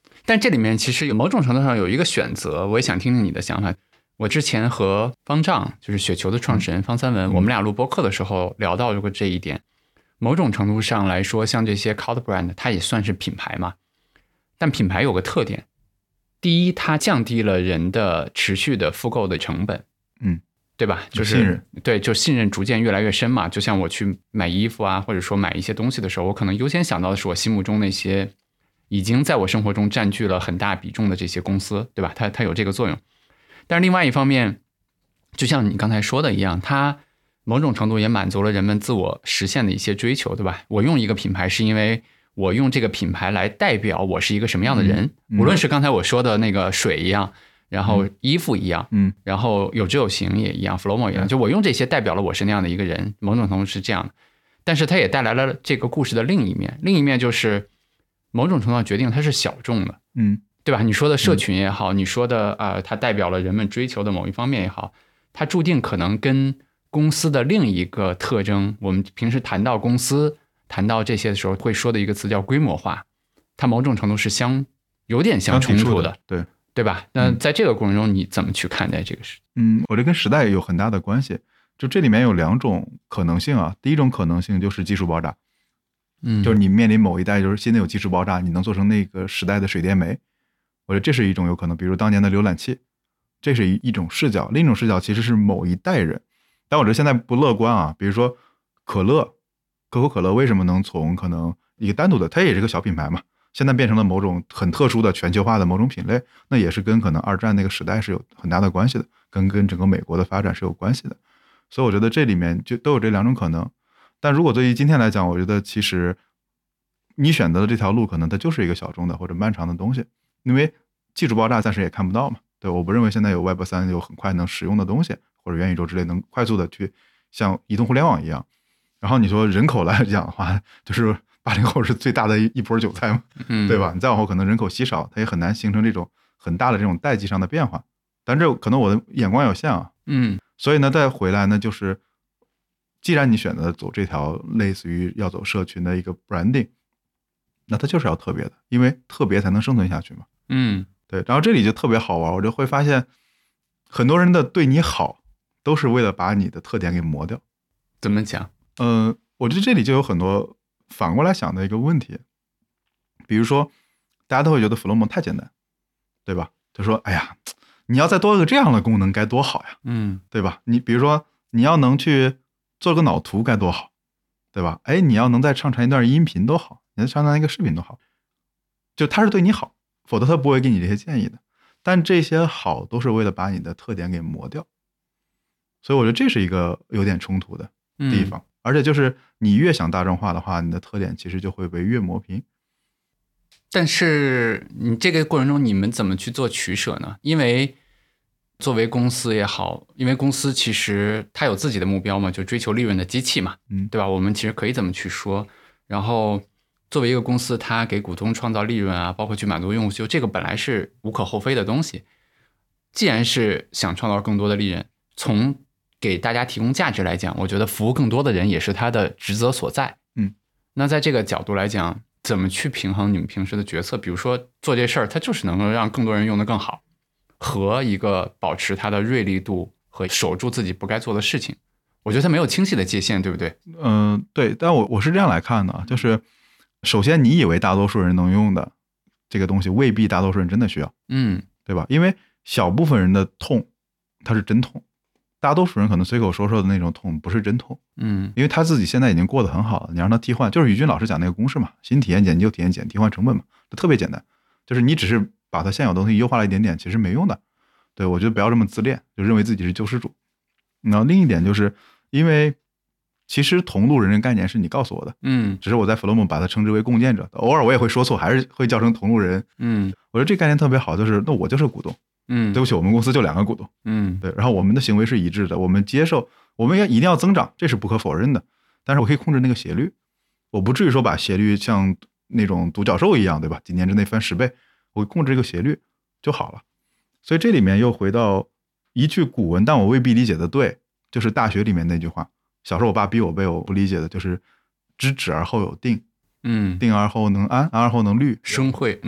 但这里面其实有某种程度上有一个选择，我也想听听你的想法。我之前和方丈，就是雪球的创始人方三文，嗯、我们俩录播客的时候聊到过这一点。某种程度上来说，像这些 cult brand 它也算是品牌嘛，但品牌有个特点，第一，它降低了人的持续的复购的成本， 嗯， 对吧？就是信任， 对，就信任逐渐越来越深嘛。就像我去买衣服啊，或者说买一些东西的时候，我可能优先想到的是我心目中那些已经在我生活中占据了很大比重的这些公司，对吧？它它有这个作用。但是另外一方面，就像你刚才说的一样，它某种程度也满足了人们自我实现的一些追求，对吧？我用一个品牌是因为我用这个品牌来代表我是一个什么样的人，嗯嗯、无论是刚才我说的那个水一样，然后衣服一样， 嗯， 然后有志有行也一样 ，Flomo 一样，就我用这些代表了我是那样的一个人，某种程度是这样的。但是它也带来了这个故事的另一面，另一面就是某种程度上决定它是小众的， 嗯， 对吧？你说的社群也好，嗯、你说的啊、呃，它代表了人们追求的某一方面也好，它注定可能跟公司的另一个特征，我们平时谈到公司谈到这些的时候会说的一个词叫规模化，它某种程度是相有点相冲突的， 对对吧？那在这个过程中你怎么去看待这个事？ 嗯，我这跟时代有很大的关系，就这里面有两种可能性啊。第一种可能性就是技术爆炸， 嗯， 就是你面临某一代就是现在有技术爆炸，你能做成那个时代的水电煤，我觉得这是一种有可能，比如当年的浏览器，这是一种视角。另一种视角其实是某一代人，但我觉得现在不乐观啊。比如说可乐，可口可乐为什么能从可能一个单独的，它也是个小品牌嘛，现在变成了某种很特殊的全球化的某种品类，那也是跟可能二战那个时代是有很大的关系的，跟跟整个美国的发展是有关系的。所以我觉得这里面就都有这两种可能。但如果对于今天来讲，我觉得其实你选择的这条路可能它就是一个小众的或者漫长的东西，因为技术爆炸暂时也看不到嘛。对，我不认为现在有 Web 三 有很快能使用的东西，或者元宇宙之类能快速的去像移动互联网一样。然后你说人口来讲的话，就是八零后是最大的一波韭菜嘛， 嗯， 对吧？你再往后可能人口稀少，它也很难形成这种很大的这种代际上的变化。但这可能我的眼光有限啊， 嗯， 所以呢，再回来呢，就是既然你选择走这条类似于要走社群的一个 branding， 那它就是要特别的，因为特别才能生存下去嘛。 嗯， 对。然后这里就特别好玩，我就会发现很多人的对你好，都是为了把你的特点给磨掉。 怎么讲？ 呃，我觉得这里就有很多反过来想的一个问题，比如说大家都会觉得 Flomo 太简单，对吧？就说哎呀，你要再多一个这样的功能该多好呀， 嗯， 对吧？你比如说你要能去做个脑图该多好，对吧？哎，你要能再上传一段音频多好，你再上传一个视频多好，就他是对你好，否则他不会给你这些建议的。但这些好都是为了把你的特点给磨掉，所以我觉得这是一个有点冲突的地方。嗯，而且就是你越想大众化的话，你的特点其实就会被越磨平。 但是你这个过程中你们怎么去做取舍呢？因为作为公司也好，因为公司其实它有自己的目标嘛，就追求利润的机器嘛， 嗯， 对吧？我们其实可以这么去说。然后作为一个公司，它给股东创造利润啊，包括去满足用户需求，这个本来是无可厚非的东西。既然是想创造更多的利润，从给大家提供价值来讲，我觉得服务更多的人也是他的职责所在。 嗯， 那在这个角度来讲，怎么去平衡你们平时的决策？比如说做这事儿，它就是能够让更多人用得更好，和一个保持它的锐利度和守住自己不该做的事情，我觉得它没有清晰的界限，对不对？ 嗯、呃，对。但我我是这样来看的，就是首先你以为大多数人能用的这个东西，未必大多数人真的需要， 嗯， 对吧？因为小部分人的痛，它是真痛。大多数人可能随口说说的那种痛不是真痛， 嗯， 因为他自己现在已经过得很好了，你让他替换，就是宇军老师讲那个公式嘛，新体验减旧体验减，替换成本嘛，这特别简单，就是你只是把它现有的东西优化了一点点，其实没用的。对，我觉得不要这么自恋，就认为自己是救世主。然后另一点就是因为其实同路人这概念是你告诉我的， 嗯， 只是我在 Flomo 把它称之为共建者，偶尔我也会说错，还是会叫成同路人。 嗯， 我觉得这概念特别好，就是那我就是股东。 嗯， 对不起，我们公司就两个股东， 嗯， 对，然后我们的行为是一致的，我们接受，我们也一定要增长，这是不可否认的。但是我可以控制那个斜率，我不至于说把斜率像那种独角兽一样，对吧？几年之内翻十倍，我控制这个斜率就好了。所以这里面又回到一句古文，但我未必理解的对，就是大学里面那句话，小时候我爸逼我背，我不理解的就是知止而后有定， 嗯， 定而后能安，安而后能虑， 生慧，嗯。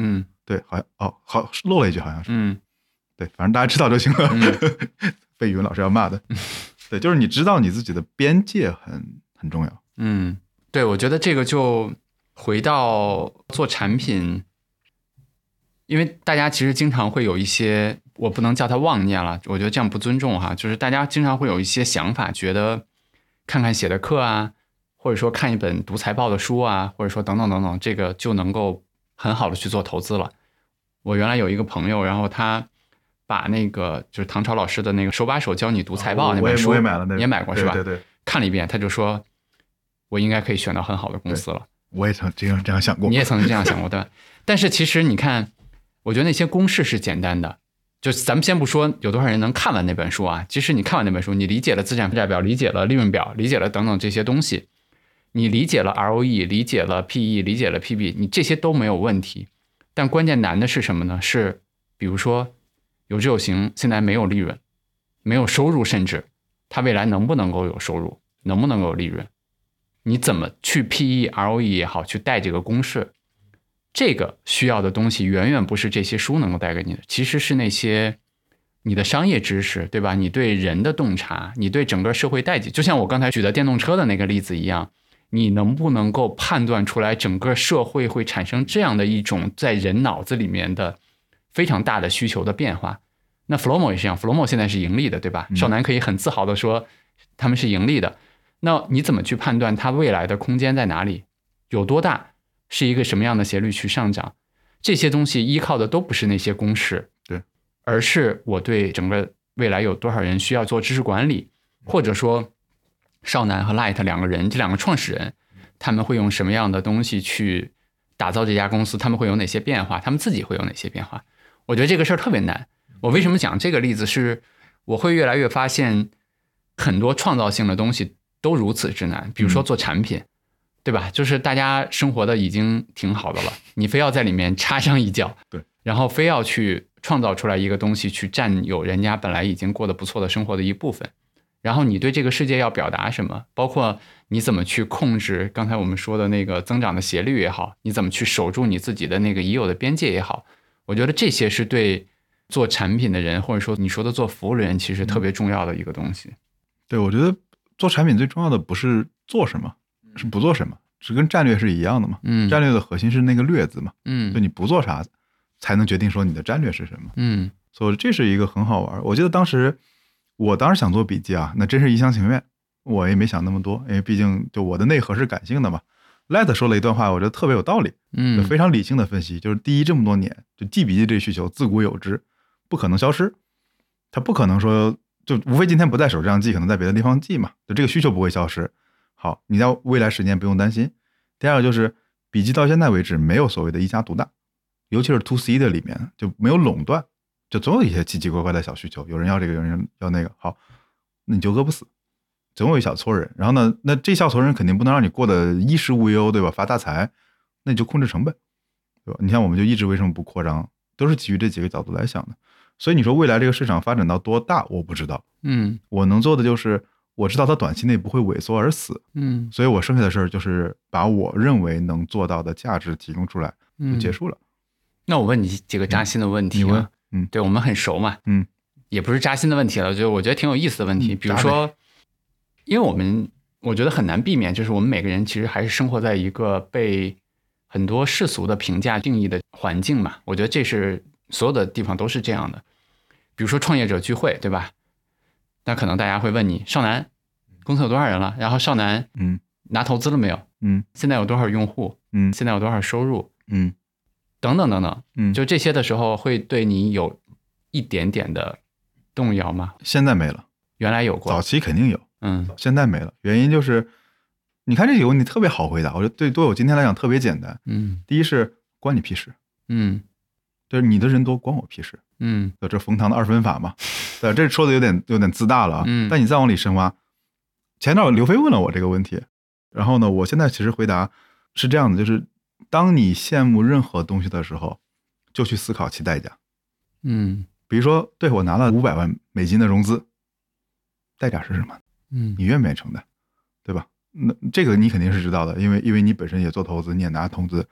对，好像哦，好漏了一句，好像是， 嗯， 对，反正大家知道就行了， 嗯、 被语文老师要骂的。对，就是你知道你自己的边界很很重要。 嗯，对，我觉得这个就回到做产品，因为大家其实经常会有一些，我不能叫它妄念了，我觉得这样不尊重哈，就是大家经常会有一些想法，觉得看看写的课啊，或者说看一本读财报的书啊，或者说等等等等，这个就能够很好的去做投资了。我原来有一个朋友，然后他把那个就是唐朝老师的那个手把手教你读财报那本书， 我也买了那个， 你也买过是吧？ 对对对， 看了一遍，他就说，我应该可以选到很好的公司了。 我也曾这样这样想过， 你也曾经这样想过对吧？但是其实你看，我觉得那些公式是简单的，就咱们先不说有多少人能看完那本书啊，其实你看完那本书，你理解了资产负债表，理解了利润表，理解了等等这些东西，你理解了 R O E， 理解了 P E， 理解了 P B， 你这些都没有问题。但关键难的是什么呢？是比如说有志有行现在没有利润，没有收入，甚至它未来能不能够有收入，能不能够有利润？你怎么去 P E、R O E 也好，去带这个公式，这个需要的东西远远不是这些书能够带给你的，其实是那些你的商业知识，对吧？你对人的洞察，你对整个社会代际，就像我刚才举的电动车的那个例子一样，你能不能够判断出来整个社会会产生这样的一种在人脑子里面的非常大的需求的变化？那 Flomo 也是这样 ，Flomo 现在是盈利的，对吧？少南可以很自豪的说他们是盈利的。那你怎么去判断它未来的空间在哪里，有多大，是一个什么样的斜率去上涨？这些东西依靠的都不是那些公式， 对， 而是我对整个未来有多少人需要做知识管理，或者说少南和 Light 两个人，这两个创始人，他们会用什么样的东西去打造这家公司？他们会有哪些变化？他们自己会有哪些变化？我觉得这个事儿特别难。我为什么讲这个例子是，我会越来越发现很多创造性的东西都如此之难，比如说做产品，嗯、对吧？就是大家生活的已经挺好的了，你非要在里面插上一脚， 对， 然后非要去创造出来一个东西，去占有人家本来已经过得不错的生活的一部分，然后你对这个世界要表达什么，包括你怎么去控制刚才我们说的那个增长的斜率也好，你怎么去守住你自己的那个已有的边界也好，我觉得这些是对做产品的人，或者说你说的做服务的人，其实特别重要的一个东西。 对，我觉得做产品最重要的不是做什么，是不做什么，是跟战略是一样的嘛。 嗯， 战略的核心是那个略字嘛。 嗯， 就你不做啥，才能决定说你的战略是什么。 嗯， 所以这是一个很好玩。我记得当时，我当时想做笔记啊，那真是一厢情愿，我也没想那么多，因为毕竟就我的内核是感性的嘛。Light 说了一段话，我觉得特别有道理， 嗯， 非常理性的分析，就是第一，这么多年就记笔记这需求自古有之，不可能消失，它不可能说。就无非今天不在手这样记，可能在别的地方记嘛，就这个需求不会消失。好，你在未来十年不用担心。第二个就是笔记到现在为止没有所谓的一家独大，尤其是 to C 的里面就没有垄断，就总有一些奇奇怪怪的小需求，有人要这个，有人要那个。好，那你就饿不死，总有一小撮人。然后呢，那这小撮人肯定不能让你过得衣食无忧，对吧？发大财，那你就控制成本，对吧？你像我们就一直为什么不扩张，都是基于这几个角度来想的。所以你说未来这个市场发展到多大，我不知道。 嗯， 我能做的就是我知道它短期内不会萎缩而死。 嗯， 所以我剩下的事儿就是把我认为能做到的价值提供出来，就结束了。 嗯、那我问你几个扎心的问题、啊嗯、你问，嗯， 对我们很熟嘛， 嗯， 也不是扎心的问题了，就我觉得挺有意思的问题。 嗯、 比如说，因为我们我觉得很难避免，就是我们每个人其实还是生活在一个被很多世俗的评价定义的环境嘛。我觉得这是所有的地方都是这样的。比如说创业者聚会，对吧？那可能大家会问你，少南公司有多少人了？然后少南嗯拿投资了没有？ 嗯， 现在有多少用户？ 嗯， 现在有多少收入？ 嗯， 等等等等， 嗯， 就这些的时候会对你有一点点的动摇吗？ 现在没了， 原来有过， 早期肯定有， 嗯， 现在没了。原因就是，你看这几个问题特别好回答，我觉得对对我今天来讲特别简单。 嗯， 第一是关你屁事， 嗯， 就是你的人多关我屁事。 嗯， 这冯唐的二分法嘛，对，这说的有点有点自大了啊。 嗯， 但你再往里深挖，前段刘飞问了我这个问题，然后呢，我现在其实回答是这样的，就是当你羡慕任何东西的时候，就去思考其代价。 嗯， 比如说，对，我拿了五百万美金的融资，代价是什么？ 嗯， 你愿不愿意承担，对吧？那这个你肯定是知道的，因为因为你本身也做投资，你也拿投资，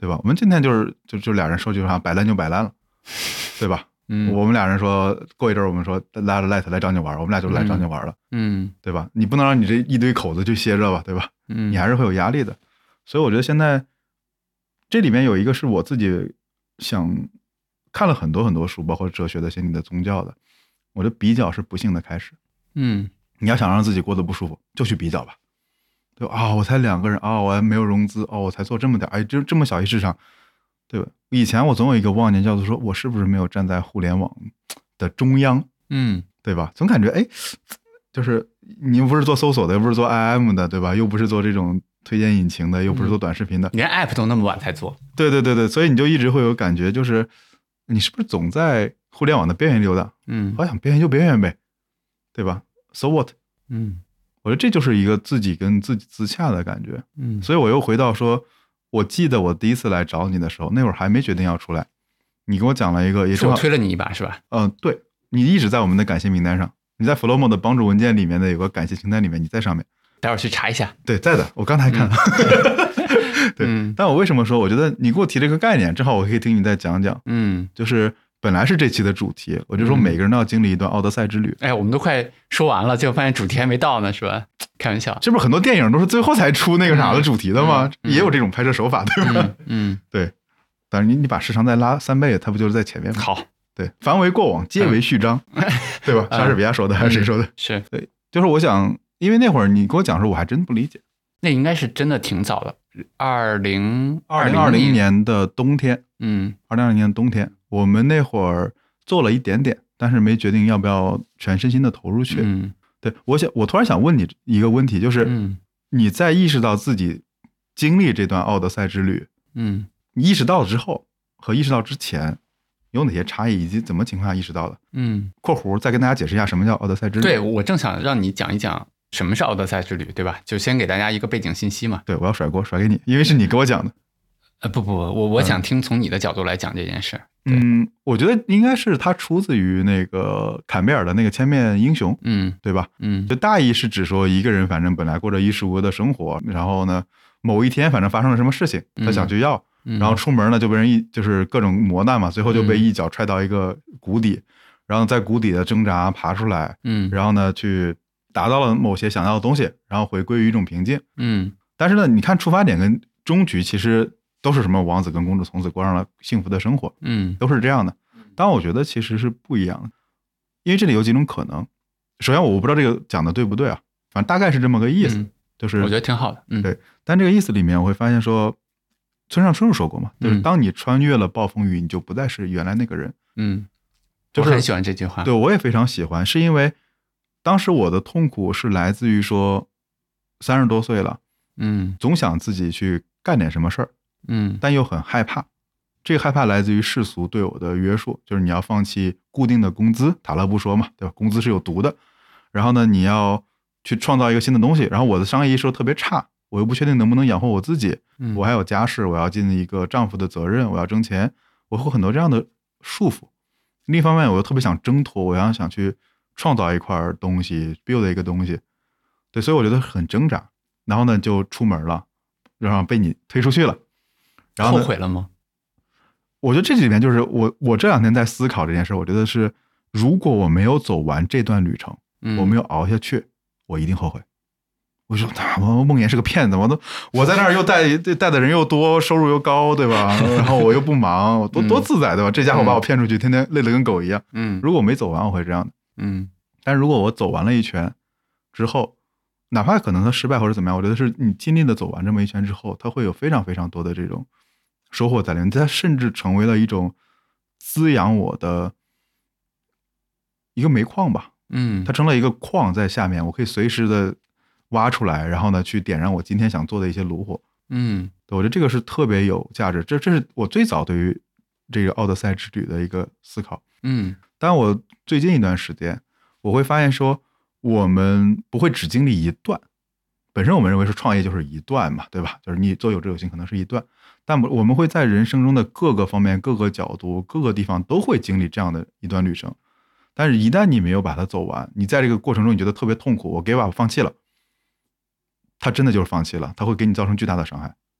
对吧？我们今天就是就就俩人说句话，摆烂就摆烂了，对吧？ 嗯， 我们俩人说过一阵儿，我们说拉着 Light 来找你玩，我们俩就来找你玩了， 嗯， 对吧？你不能让你这一堆口子去歇着吧，对吧？ 嗯， 你还是会有压力的。所以我觉得现在这里面有一个是我自己想看了很多很多书，包括哲学的、心理的、宗教的。我觉得比较是不幸的开始。 嗯， 你要想让自己过得不舒服，就去比较吧。对吧？啊、我才两个人啊、我还没有融资哦，我才做这么点，哎，这这么小一市场，对吧？以前我总有一个妄念，叫做说我是不是没有站在互联网的中央， 嗯， 对吧？总感觉哎，就是你不是做搜索的，又不是做 I M 的，对吧？又不是做这种推荐引擎的，又不是做短视频的， 连 app 都那么晚才做。 对对对对，所以你就一直会有感觉，就是你是不是总在互联网的边缘溜达？ 嗯， 好想边缘就边缘呗，对吧 ？So what？ 嗯， 我觉得这就是一个自己跟自己自洽的感觉。 嗯， 所以我又回到说，我记得我第一次来找你的时候，那会儿还没决定要出来，你给我讲了一个，也是我推了你一把是吧？ 嗯、呃，对，你一直在我们的感谢名单上，你在 Flomo 的帮助文件里面的有个感谢清单里面，你在上面。 待会儿去查一下。 对，在的，我刚才看了。 嗯、 对、 嗯， 但我为什么说，我觉得你给我提这个概念，正好我可以听你再讲讲。 嗯， 就是本来是这期的主题，我就说每个人都要经历一段奥德赛之旅。 哎，我们都快说完了，结果发现主题还没到呢，是吧？开玩笑， 这不是很多电影都是最后才出那个啥的主题的吗？ 嗯嗯、 也有这种拍摄手法，对吧？ 嗯，嗯对。但是你你把时长再拉三倍，它不就是在前面吗？ 好， 对，凡为过往，皆为序章，嗯、对吧？莎士比亚说的、嗯、还是谁说的？ 是对，就是我想，因为那会儿你跟我讲的时候，我还真不理解。 那应该是真的挺早的，二零二零二零年的冬天， 嗯， 二零二零年的冬天，我们那会儿做了一点点，但是没决定要不要全身心的投入去。 嗯， 对，我想，我突然想问你一个问题，就是， 嗯， 你在意识到自己经历这段奥德赛之旅， 嗯， 你意识到之后和意识到之前有哪些差异，以及怎么情况下意识到的？ 嗯， 括弧再跟大家解释一下什么叫奥德赛之旅。 对，我正想让你讲一讲什么是奥德赛之旅，对吧？就先给大家一个背景信息嘛。 对，我要甩锅甩给你，因为是你给我讲的。 呃，不不不，我我想听从你的角度来讲这件事。 嗯，我觉得应该是它出自于那个坎贝尔的那个千面英雄， 嗯， 对吧？ 嗯， 就大意是指说一个人反正本来过着衣食无忧的生活，然后呢，某一天反正发生了什么事情，他想去要， 嗯、 然后出门呢就被人一就是各种磨难嘛，最后就被一脚踹到一个谷底，嗯、然后在谷底的挣扎爬出来， 嗯， 然后呢去达到了某些想要的东西，然后回归于一种平静， 嗯， 但是呢，你看出发点跟终局其实都是什么王子跟公主从此过上了幸福的生活， 嗯， 都是这样的。但我觉得其实是不一样的，因为这里有几种可能。首先，我不知道这个讲的对不对啊，反正大概是这么个意思， 嗯、 就是我觉得挺好的。嗯， 对。但这个意思里面，我会发现说，村上春树说过嘛，就是当你穿越了暴风雨，你就不再是原来那个人。 嗯， 就是我很喜欢这句话。 对，我也非常喜欢，是因为当时我的痛苦是来自于说，三十多岁了， 嗯， 总想自己去干点什么事儿， 嗯， 但又很害怕。这个害怕来自于世俗对我的约束，就是你要放弃固定的工资，塔勒布说嘛，对吧？工资是有毒的。然后呢，你要去创造一个新的东西。然后我的商业意识又特别差，我又不确定能不能养活我自己。 嗯， 我还有家室，我要尽一个丈夫的责任，我要挣钱，我会有很多这样的束缚。另一方面，我又特别想挣脱，我要想去创造一块东西 ，build 一个东西。对，所以我觉得很挣扎。然后呢，就出门了，然后被你推出去了。然后后悔了吗？ 我觉得这里面就是我，我这两天在思考这件事。我觉得是，如果我没有走完这段旅程， 嗯、 我没有熬下去，我一定后悔。我说，我梦妍是个骗子，我都我在那儿又带带的人又多，收入又高，对吧？然后我又不忙，我多多自在，对吧？这家伙把我骗出去，天天累得跟狗一样。 嗯， 如果我没走完，我会这样的。 嗯， 但如果我走完了一圈之后，哪怕可能他失败或者怎么样，我觉得是你尽力的走完这么一圈之后，他会有非常非常多的这种收获在里面，它甚至成为了一种滋养我的一个煤矿吧。 嗯， 它成了一个矿在下面，我可以随时的挖出来，然后呢去点燃我今天想做的一些炉火。 嗯， 我觉得这个是特别有价值，这这是我最早对于这个奥德赛之旅的一个思考。 嗯， 但我最近一段时间，我会发现说，我们不会只经历一段。本身我们认为是创业就是一段嘛，对吧？就是你做有志有行可能是一段，但我们会在人生中的各个方面、各个角度、各个地方都会经历这样的一段旅程。但是，一旦你没有把它走完，你在这个过程中你觉得特别痛苦，我给吧，我放弃了，它真的就是放弃了，它会给你造成巨大的伤害。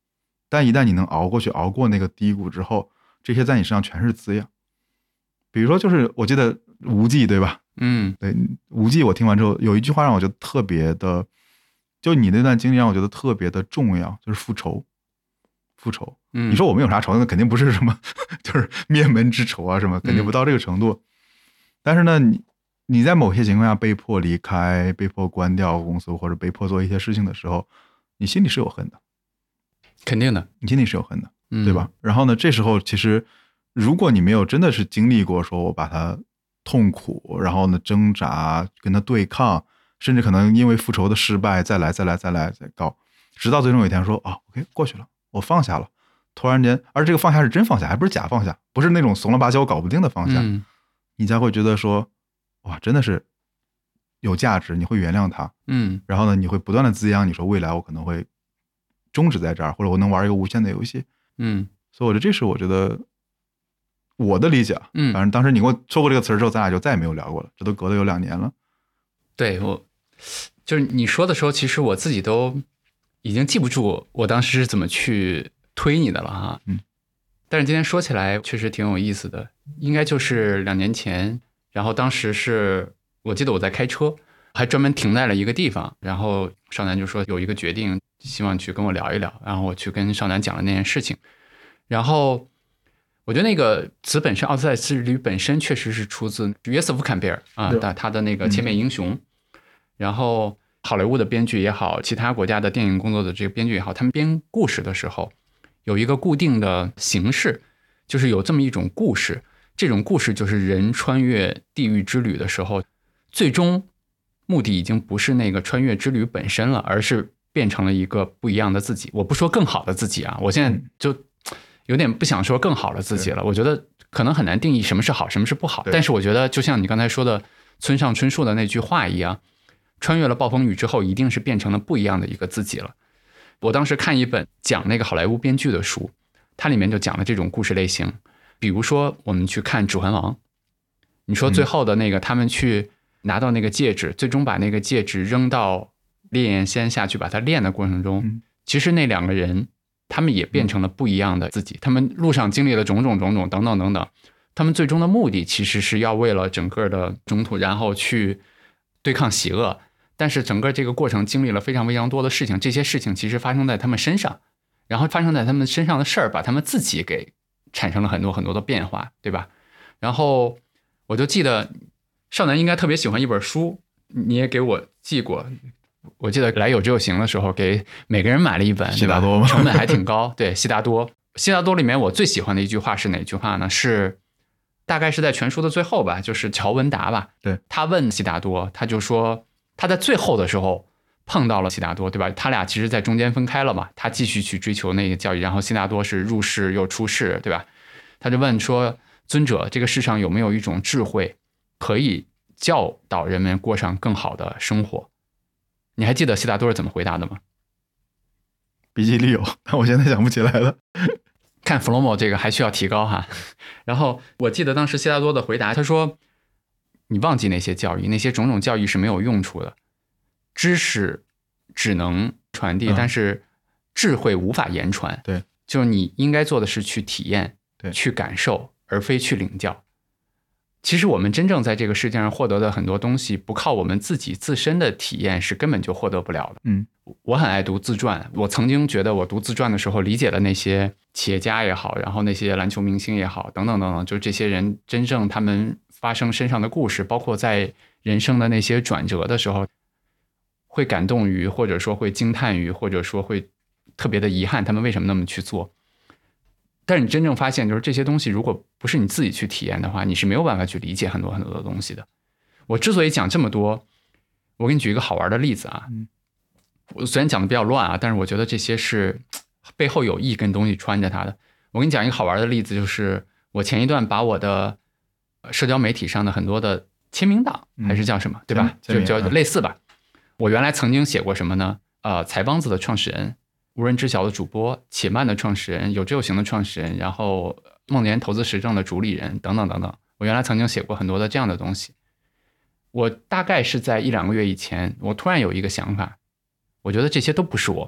但一旦你能熬过去，熬过那个低谷之后，这些在你身上全是滋养。比如说，就是我记得无忌，对吧？ 嗯， 对，无忌，我听完之后有一句话让我觉得特别的，就你那段经历让我觉得特别的重要，就是复仇。复仇， 嗯， 你说我们有啥仇？那肯定不是什么，就是灭门之仇啊，什么，肯定不到这个程度。嗯、但是呢，你你在某些情况下被迫离开、被迫关掉公司，或者被迫做一些事情的时候，你心里是有恨的， 肯定的， 你心里是有恨的， 嗯、 对吧？然后呢，这时候其实，如果你没有真的是经历过，说我把它痛苦，然后呢挣扎，跟他对抗，甚至可能因为复仇的失败，再来、再来、再来、再告，直到最终有一天说啊 ，OK， 过去了。我放下了，突然间，而这个放下是真放下，还不是假放下，不是那种怂了吧唧我搞不定的放下， 嗯、 你才会觉得说，哇，真的是有价值，你会原谅他， 嗯， 然后呢，你会不断的滋养，你说未来我可能会终止在这儿，或者我能玩一个无限的游戏， 嗯， 所以我觉得这是我觉得我的理解啊， 嗯， 反正当时你给我说过这个词之后，咱俩就再也没有聊过了，这都隔了有两年了。 对，我就是你说的时候，其实我自己都已经记不住我当时是怎么去推你的了哈， 嗯， 但是今天说起来确实挺有意思的，应该就是两年前，然后当时是我记得我在开车，还专门停在了一个地方，然后少南就说有一个决定，希望去跟我聊一聊，然后我去跟少南讲了那件事情，然后我觉得那个词本身，奥赛之旅本身确实是出自约瑟夫·坎贝尔啊，他他的那个《千面英雄》，嗯，然后好莱坞的编剧也好，其他国家的电影工作的这个编剧也好，他们编故事的时候有一个固定的形式，就是有这么一种故事，这种故事就是人穿越地狱之旅的时候，最终目的已经不是那个穿越之旅本身了，而是变成了一个不一样的自己。我不说更好的自己啊，我现在就有点不想说更好的自己了，我觉得可能很难定义什么是好，什么是不好，但是我觉得就像你刚才说的村上春树的那句话一样，穿越了暴风雨之后，一定是变成了不一样的一个自己了。我当时看一本讲那个好莱坞编剧的书，它里面就讲了这种故事类型。比如说我们去看《指环王》，你说最后的那个、嗯、他们去拿到那个戒指，最终把那个戒指扔到烈焰仙下去把它炼的过程中、嗯、其实那两个人他们也变成了不一样的自己、嗯、他们路上经历了种种种种等等等等，他们最终的目的其实是要为了整个的中土，然后去对抗邪恶，但是整个这个过程经历了非常非常多的事情，这些事情其实发生在他们身上，然后发生在他们身上的事儿把他们自己给产生了很多很多的变化，对吧？然后我就记得少南应该特别喜欢一本书，你也给我寄过，我记得来有志有行的时候给每个人买了一本， 悉达多吗？ 成本还挺高。对，悉达多。悉达多里面我最喜欢的一句话是哪句话呢？是大概是在全书的最后吧，就是乔文达吧， 对， 他问悉达多，他就说他在最后的时候碰到了悉达多，对吧？他俩其实在中间分开了嘛，他继续去追求那个教育，然后悉达多是入世又出世，对吧？他就问说，尊者，这个世上有没有一种智慧可以教导人们过上更好的生活？你还记得悉达多是怎么回答的吗？ 笔记里有，但我现在想不起来了。 看 Flomo 这个还需要提高哈。然后我记得当时悉达多的回答，他说，你忘记那些教育，那些种种教育是没有用处的，知识只能传递、嗯、但是智慧无法言传。 对， 就是你应该做的是去体验， 对， 去感受，而非去领教。其实我们真正在这个世界上获得的很多东西，不靠我们自己自身的体验是根本就获得不了的。 嗯， 我很爱读自传，我曾经觉得我读自传的时候理解了那些企业家也好，然后那些篮球明星也好，等等等等，就这些人真正他们发生身上的故事，包括在人生的那些转折的时候，会感动于，或者说会惊叹于，或者说会特别的遗憾他们为什么那么去做。但是你真正发现，就是这些东西如果不是你自己去体验的话，你是没有办法去理解很多很多的东西的。我之所以讲这么多，我给你举一个好玩的例子啊。我虽然讲的比较乱啊，但是我觉得这些是背后有一根东西穿着它的。我给你讲一个好玩的例子，就是我前一段把我的社交媒体上的很多的签名档，还是叫什么，嗯、对吧？就叫类似吧。我原来曾经写过什么呢？呃，财帮子的创始人，无人知晓的主播，且慢的创始人，有志有行的创始人，然后梦莲投资实证的主理人，等等等等。我原来曾经写过很多的这样的东西。我大概是在一两个月以前，我突然有一个想法，我觉得这些都不是我，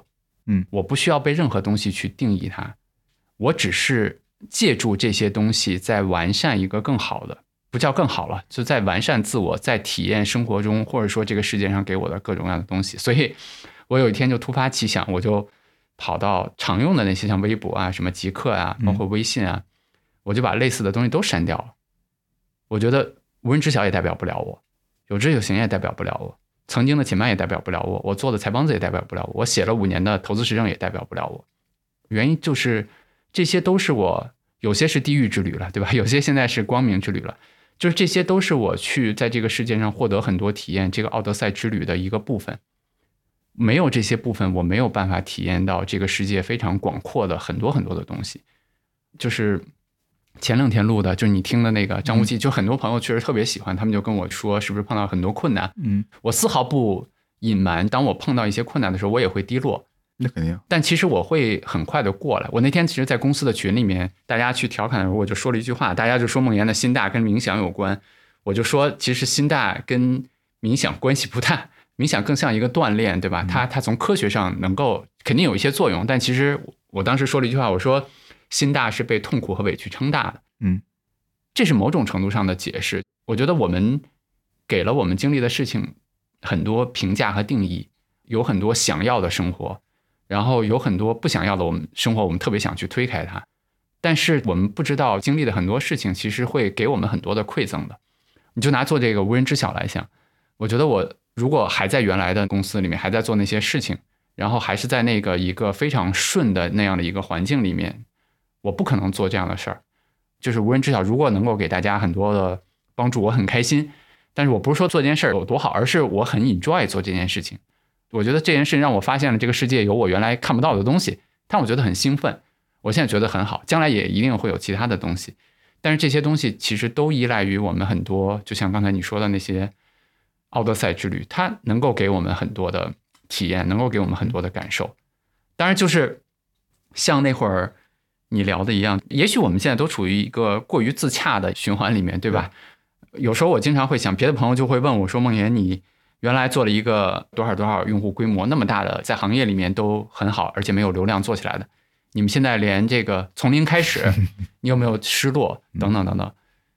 嗯， 我不需要被任何东西去定义它，我只是借助这些东西在完善一个更好的，不叫更好了，就在完善自我，在体验生活中或者说这个世界上给我的各种各样的东西。所以我有一天就突发奇想，我就跑到常用的那些像微博啊、什么极客啊，包括微信啊，嗯、我就把类似的东西都删掉了。我觉得无人知晓也代表不了我，有知有行也代表不了我，曾经的且慢也代表不了我，我做的财帮子也代表不了我，我写了五年的投资实证也代表不了我。原因就是这些都是我，有些是地狱之旅了，对吧？有些现在是光明之旅了，就是这些都是我去在这个世界上获得很多体验这个奥德赛之旅的一个部分。没有这些部分，我没有办法体验到这个世界非常广阔的很多很多的东西。就是前两天录的，就是你听的那个张无忌，嗯、就很多朋友确实特别喜欢，他们就跟我说是不是碰到很多困难。 嗯， 我丝毫不隐瞒，当我碰到一些困难的时候，我也会低落。 那肯定。 但其实我会很快的过来。我那天其实在公司的群里面，大家去调侃的时候，我就说了一句话，大家就说梦岩的心大跟冥想有关，我就说其实心大跟冥想关系不大，冥想更像一个锻炼，对吧？它它从科学上能够肯定有一些作用，但其实我当时说了一句话，我说心大是被痛苦和委屈撑大的。 嗯， 这是某种程度上的解释。我觉得我们给了我们经历的事情很多评价和定义，有很多想要的生活，然后有很多不想要的我们生活，我们特别想去推开它，但是我们不知道经历的很多事情其实会给我们很多的馈赠的。你就拿做这个无人知晓来想，我觉得我如果还在原来的公司里面，还在做那些事情，然后还是在那个一个非常顺的那样的一个环境里面，我不可能做这样的事儿。就是无人知晓如果能够给大家很多的帮助，我很开心，但是我不是说做这件事有多好，而是我很 enjoy 做这件事情。我觉得这件事让我发现了这个世界有我原来看不到的东西，但我觉得很兴奋，我现在觉得很好，将来也一定会有其他的东西。但是这些东西其实都依赖于我们很多，就像刚才你说的那些奥德赛之旅，它能够给我们很多的体验，能够给我们很多的感受。当然就是像那会儿你聊的一样，也许我们现在都处于一个过于自洽的循环里面，对吧？有时候我经常会想，别的朋友就会问我说，梦岩你原来做了一个多少多少用户规模那么大的，在行业里面都很好，而且没有流量做起来的，你们现在连这个从零开始，你有没有失落等等等等。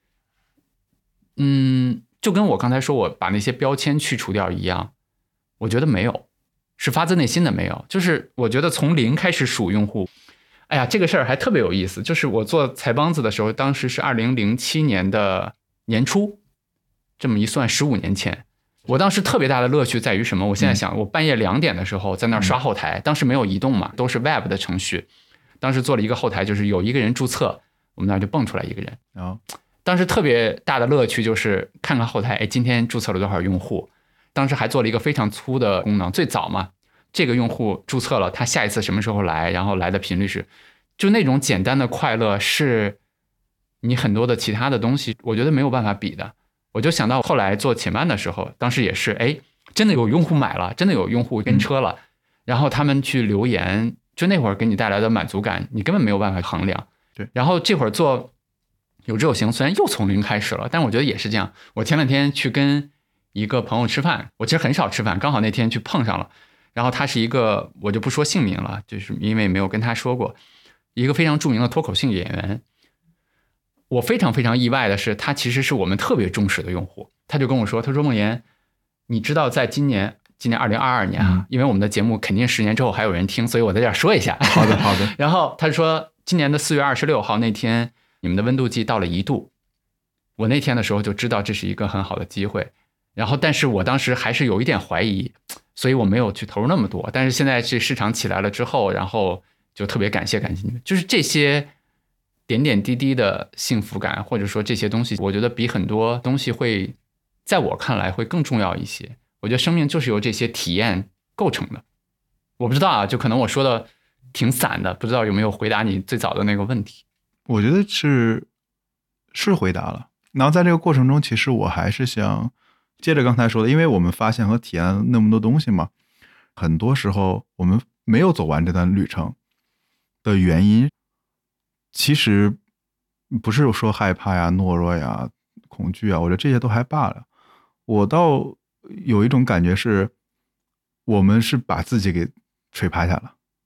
嗯，就跟我刚才说我把那些标签去除掉一样，我觉得没有，是发自内心的没有。就是我觉得从零开始数用户，哎呀，这个事儿还特别有意思。就是我做财帮子的时候，当时是二零零七年的年初，这么一算十五年前。我当时特别大的乐趣在于什么？我现在想，我半夜两点的时候在那儿刷后台，当时没有移动嘛，都是 Web 的程序。当时做了一个后台，就是有一个人注册，我们那儿就蹦出来一个人。 哦， 当时特别大的乐趣就是看看后台，哎，今天注册了多少用户。当时还做了一个非常粗的功能，最早嘛，这个用户注册了，他下一次什么时候来，然后来的频率是，就那种简单的快乐是你很多的其他的东西，我觉得没有办法比的。我就想到后来做且慢的时候，当时也是，哎，真的有用户买了，真的有用户跟车了，嗯、然后他们去留言，就那会儿给你带来的满足感，你根本没有办法衡量。 对， 然后这会儿做有知有行，虽然又从零开始了，但我觉得也是这样。我前两天去跟一个朋友吃饭，我其实很少吃饭，刚好那天去碰上了。然后他是一个，我就不说姓名了，就是因为没有跟他说过，一个非常著名的脱口秀演员。我非常非常意外的是，他其实是我们特别忠实的用户。他就跟我说，他说梦岩，你知道在今年，今年二零二二年啊、嗯，因为我们的节目肯定十年之后还有人听，所以我在这儿说一下。 好的，好的。 然后他说，今年的四月二十六号那天，你们的温度计到了一度。我那天的时候就知道这是一个很好的机会，然后但是我当时还是有一点怀疑，所以我没有去投入那么多。但是现在这市场起来了之后，然后就特别感谢感谢你们，就是这些点点滴滴的幸福感，或者说这些东西，我觉得比很多东西会在我看来会更重要一些。我觉得生命就是由这些体验构成的。我不知道啊，就可能我说的挺散的，不知道有没有回答你最早的那个问题。 我觉得是是回答了。然后在这个过程中，其实我还是想接着刚才说的，因为我们发现和体验了那么多东西嘛，很多时候我们没有走完这段旅程的原因，其实不是说害怕呀、懦弱呀、恐惧啊，我觉得这些都还罢了。我倒有一种感觉是，我们是把自己给锤趴下了。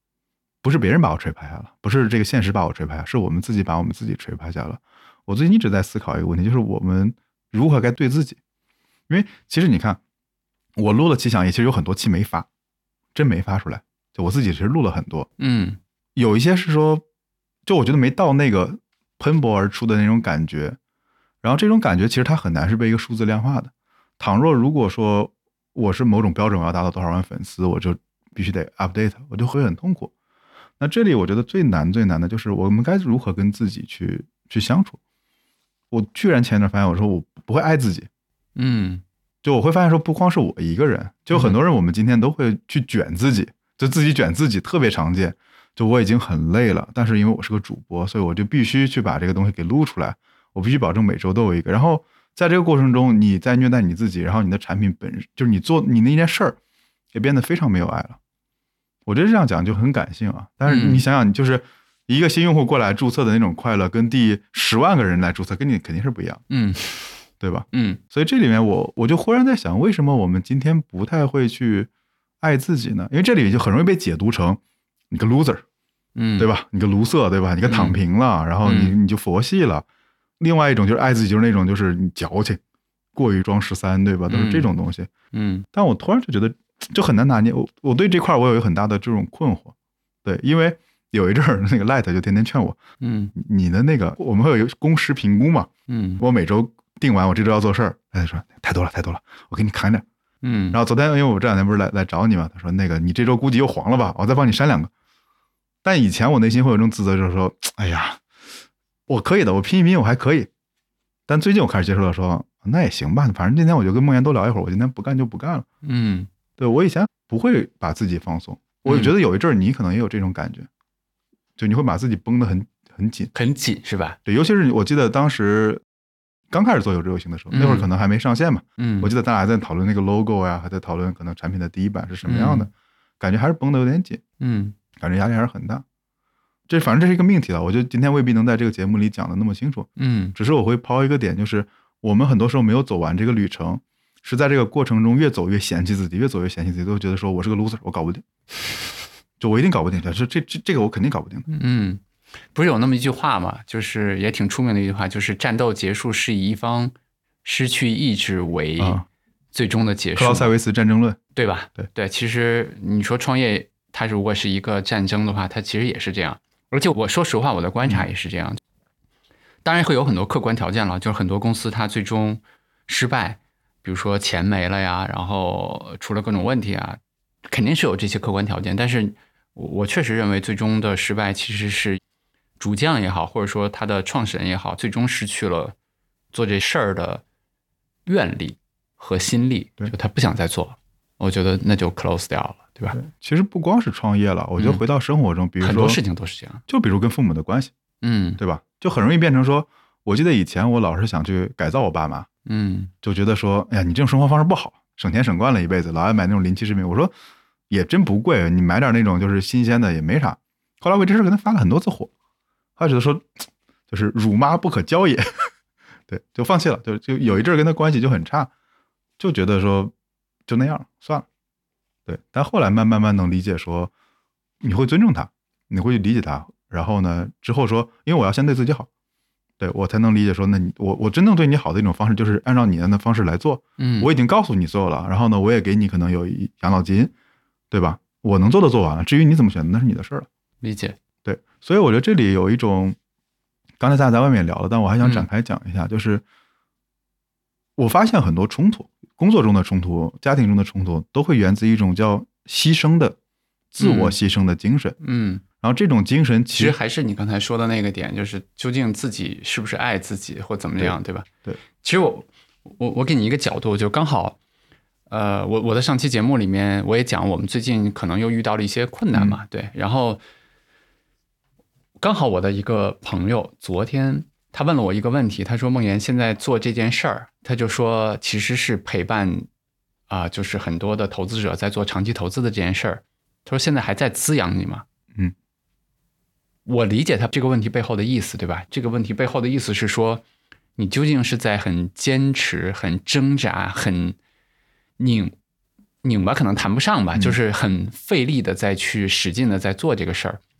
不是别人把我锤趴下了，不是这个现实把我锤趴下，是我们自己把我们自己锤趴下了。我最近一直在思考一个问题，就是我们如何该对自己。因为其实你看，我录了七响夜，其实有很多期没发，真没发出来。就我自己其实录了很多， 嗯， 有一些是说，就我觉得没到那个喷薄而出的那种感觉。然后这种感觉其实它很难是被一个数字量化的。倘若如果说我是某种标准，我要达到多少万粉丝，我就必须得 update， 我就会很痛苦。那这里我觉得最难最难的就是我们该如何跟自己去去相处。我居然前一段发现，我说我不会爱自己， 嗯， 就我会发现说，不光是我一个人，就很多人我们今天都会去卷自己，就自己卷自己特别常见。就我已经很累了，但是因为我是个主播，所以我就必须去把这个东西给录出来，我必须保证每周都有一个。然后在这个过程中，你在虐待你自己，然后你的产品本就是你做你那件事儿也变得非常没有爱了。我觉得这样讲就很感性啊，但是你想想，你就是一个新用户过来注册的那种快乐，跟第十万个人来注册，跟你肯定是不一样， 嗯， 对吧？ 嗯， 所以这里面我我就忽然在想，为什么我们今天不太会去爱自己呢？因为这里就很容易被解读成你个 loser， 嗯， 对吧？你个卢瑟，对吧？你个躺平了，嗯、然后你你就佛系了。另外一种就是爱自己，就是那种就是你矫情，过于装十三，对吧？都是这种东西。 嗯， 但我突然就觉得就很难拿捏。我我对这块我有一个很大的这种困惑，对，因为有一阵儿那个 Light 就天天劝我， 嗯， 你的那个我们会有一个公时评估嘛， 嗯， 我每周定完我这周要做事儿，他说太多了太多了，我给你砍点。 嗯， 然后昨天因为我这两天不是来来找你嘛，他说那个你这周估计又黄了吧，我再帮你删两个。但以前我内心会有这种自责，就是说，哎呀，我可以的，我拼一拼我还可以。但最近我开始接受了说，那也行吧，反正今天我就跟梦妍多聊一会儿，我今天不干就不干了。 嗯， 对，我以前不会把自己放松，我觉得有一阵儿你可能也有这种感觉，就你会把自己绷得很很紧， 很紧是吧？ 对，尤其是我记得当时刚开始做有志有行的时候， 嗯、 那会儿可能还没上线嘛， 嗯， 我记得咱俩还在讨论那个 logo 呀，还在讨论可能产品的第一版是什么样的，嗯、感觉还是绷得有点紧， 嗯， 感觉压力还是很大。这反正这是一个命题了，我觉得今天未必能在这个节目里讲的那么清楚， 嗯， 只是我会抛一个点，就是我们很多时候没有走完这个旅程，是在这个过程中越走越嫌弃自己，越走越嫌弃自己，都觉得说我是个 loser， 我搞不定，就我一定搞不定，这这这这个我肯定搞不定的。 嗯，不是有那么一句话嘛，就是也挺出名的一句话，就是战斗结束是以一方失去意志为最终的结束。 克劳塞维茨战争论， 对吧？ 对对，其实你说创业，它如果是一个战争的话，它其实也是这样。而且我说实话，我的观察也是这样。嗯、当然会有很多客观条件了，就是很多公司它最终失败，比如说钱没了呀，然后出了各种问题啊，肯定是有这些客观条件。但是我确实认为最终的失败其实是主将也好，或者说他的创始人也好，最终失去了做这事儿的愿力和心力，就他不想再做了，我觉得那就 close 掉了，对吧？ 对，其实不光是创业了，我觉得回到生活中，嗯、比如说很多事情都是这样， 就比如跟父母的关系， 嗯， 对吧？就很容易变成说，我记得以前我老是想去改造我爸妈， 嗯， 就觉得说，哎呀，你这种生活方式不好，省钱省惯了一辈子，老爱买那种临期食品。我说也真不贵，你买点那种就是新鲜的也没啥。后来为这事跟他发了很多次火，他觉得说，就是辱妈不可教也，对，就放弃了，就就有一阵跟他关系就很差，就觉得说就那样算了，对。但后来慢慢慢能理解说，你会尊重他，你会去理解他，然后呢之后说，因为我要先对自己好。对，我才能理解说，那你我我真正对你好的一种方式，就是按照你的那方式来做。 嗯， 我已经告诉你所有了，然后呢，我也给你可能有一养老金，对吧？我能做的做完了，至于你怎么选择，那是你的事了。 理解。 对，所以我觉得这里有一种，刚才咱俩在外面聊了，但我还想展开讲一下，嗯、就是我发现很多冲突，工作中的冲突、家庭中的冲突，都会源自一种叫牺牲的、自我牺牲的精神。 嗯。嗯， 然后这种精神其实还是你刚才说的那个点，就是究竟自己是不是爱自己或怎么样， 对, 对吧？ 对， 其实我我我给你一个角度，就刚好，呃，我我的上期节目里面我也讲，我们最近可能又遇到了一些困难嘛，嗯、对，然后刚好我的一个朋友昨天他问了我一个问题，他说梦妍现在做这件事儿，他就说其实是陪伴啊、呃，就是很多的投资者在做长期投资的这件事儿，他说现在还在滋养你吗？ 嗯。 我理解他这个问题背后的意思，对吧？这个问题背后的意思是说，你究竟是在很坚持、很挣扎、很拧拧吧，可能谈不上吧，嗯、就是很费力的再去使劲的在做这个事儿，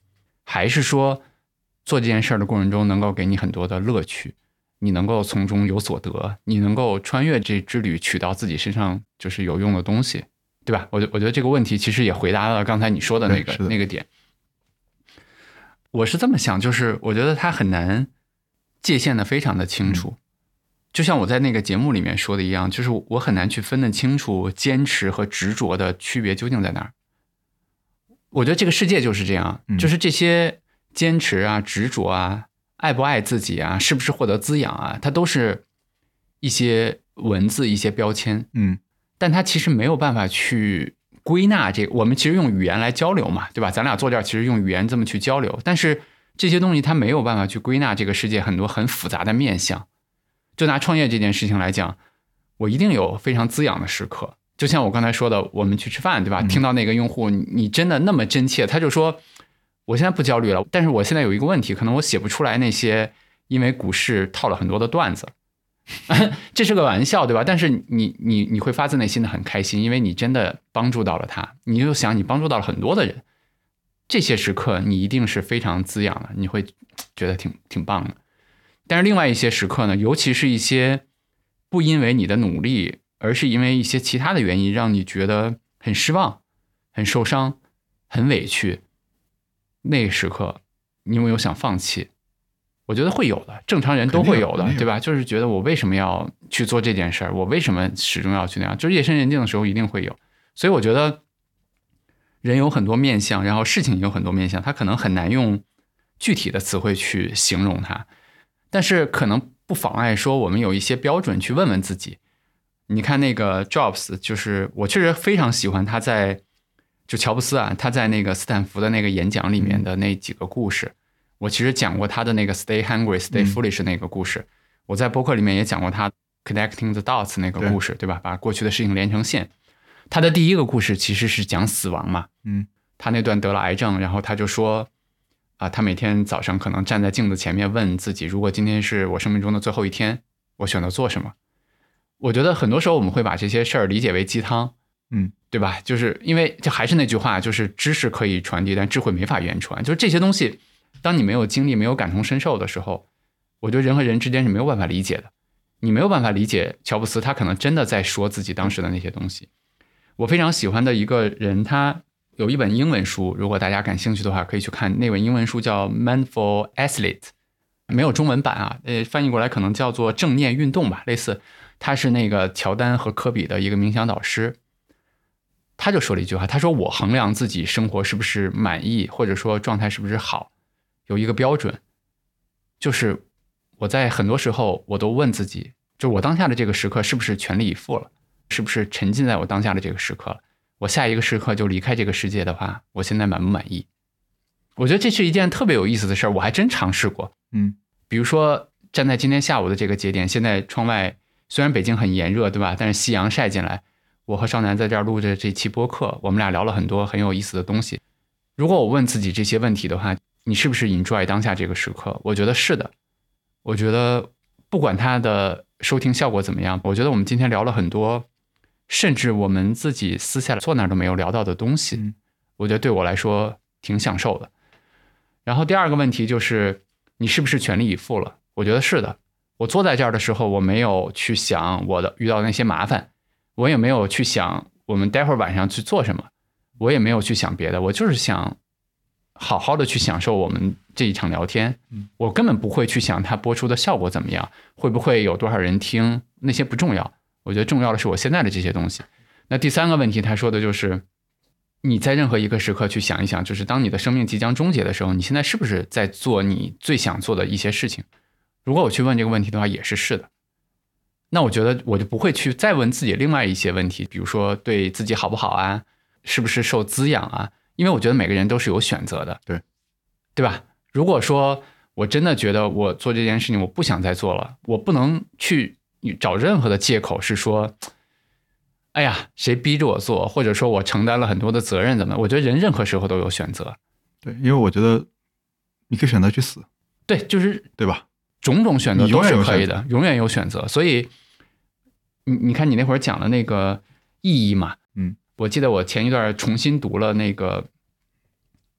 还是说做这件事儿的过程中能够给你很多的乐趣，你能够从中有所得，你能够穿越这之旅取到自己身上就是有用的东西，对吧？我我觉得这个问题其实也回答了刚才你说的那个那个点。我是这么想，就是我觉得它很难界限的非常的清楚。嗯，就像我在那个节目里面说的一样，就是我很难去分得清楚坚持和执着的区别究竟在哪儿。我觉得这个世界就是这样， 嗯， 就是这些坚持啊、执着啊、爱不爱自己啊、是不是获得滋养啊，它都是一些文字、一些标签。 嗯， 但它其实没有办法去归纳这个。我们其实用语言来交流嘛，对吧？咱俩坐这儿其实用语言这么去交流，但是这些东西它没有办法去归纳这个世界很多很复杂的面向。就拿创业这件事情来讲，我一定有非常滋养的时刻。就像我刚才说的，我们去吃饭，对吧？ 嗯， 听到那个用户，你真的那么真切，他就说，我现在不焦虑了，但是我现在有一个问题，可能我写不出来那些因为股市套了很多的段子，这是个玩笑，对吧？但是你你你会发自内心的很开心，因为你真的帮助到了他，你就想你帮助到了很多的人，这些时刻你一定是非常滋养的，你会觉得挺挺棒的。但是另外一些时刻呢，尤其是一些不因为你的努力，而是因为一些其他的原因让你觉得很失望、很受伤、很委屈，那个时刻你有没有想放弃？我觉得会有的，正常人都会有的，对吧？就是觉得我为什么要去做这件事儿？我为什么始终要去那样？就是夜深人静的时候一定会有。所以我觉得人有很多面向，然后事情有很多面向，他可能很难用具体的词汇去形容它。但是可能不妨碍说我们有一些标准去问问自己。你看那个 Jobs， 就是我确实非常喜欢他在就乔布斯啊，他在那个斯坦福的那个演讲里面的那几个故事。我其实讲过他的那个 Stay Hungry, Stay Foolish 那个故事。我在播客里面也讲过他 Connecting the Dots 那个故事， 对, 对吧？把过去的事情连成线。他的第一个故事其实是讲死亡嘛。 嗯， 他那段得了癌症，然后他就说。啊，他每天早上可能站在镜子前面问自己，如果今天是我生命中的最后一天，我选择做什么？我觉得很多时候我们会把这些事儿理解为鸡汤， 嗯， 对吧？就是因为这还是那句话，就是知识可以传递，但智慧没法言传。就是这些东西，当你没有经历、没有感同身受的时候，我觉得人和人之间是没有办法理解的。你没有办法理解乔布斯，他可能真的在说自己当时的那些东西。我非常喜欢的一个人，他有一本英文书，如果大家感兴趣的话，可以去看那本英文书，叫《Mindful Athlete》，没有中文版啊，呃，翻译过来可能叫做正念运动吧，类似。他是那个乔丹和科比的一个冥想导师，他就说了一句话，他说：“我衡量自己生活是不是满意，或者说状态是不是好，有一个标准，就是我在很多时候我都问自己，就我当下的这个时刻是不是全力以赴了，是不是沉浸在我当下的这个时刻了。”我下一个时刻就离开这个世界的话，我现在满不满意？我觉得这是一件特别有意思的事儿，我还真尝试过。 嗯， 比如说站在今天下午的这个节点，现在窗外虽然北京很炎热，对吧？但是夕阳晒进来，我和少南在这儿录着这期播客，我们俩聊了很多很有意思的东西。如果我问自己这些问题的话，你是不是 enjoy 当下这个时刻？我觉得是的。我觉得不管它的收听效果怎么样，我觉得我们今天聊了很多。甚至我们自己私下坐那儿都没有聊到的东西， 嗯， 我觉得对我来说挺享受的。然后第二个问题就是你是不是全力以赴了？我觉得是的。我坐在这儿的时候，我没有去想我的遇到的那些麻烦，我也没有去想我们待会儿晚上去做什么，我也没有去想别的，我就是想好好的去享受我们这一场聊天。我根本不会去想它播出的效果怎么样，会不会有多少人听，那些不重要。我觉得重要的是我现在的这些东西。那第三个问题他说的就是你在任何一个时刻去想一想，就是当你的生命即将终结的时候，你现在是不是在做你最想做的一些事情？如果我去问这个问题的话，也是是的。那我觉得我就不会去再问自己另外一些问题，比如说对自己好不好啊，是不是受滋养啊，因为我觉得每个人都是有选择的， 对对吧？如果说我真的觉得我做这件事情我不想再做了，我不能去找任何的借口是说哎呀谁逼着我做，或者说我承担了很多的责任怎么，我觉得人任何时候都有选择。 对，因为我觉得你可以选择去死， 对，就是对吧？ 种种选择都是可以的，永远有选择。所以你你看你那会儿讲的那个意义嘛， 嗯， 我记得我前一段重新读了那个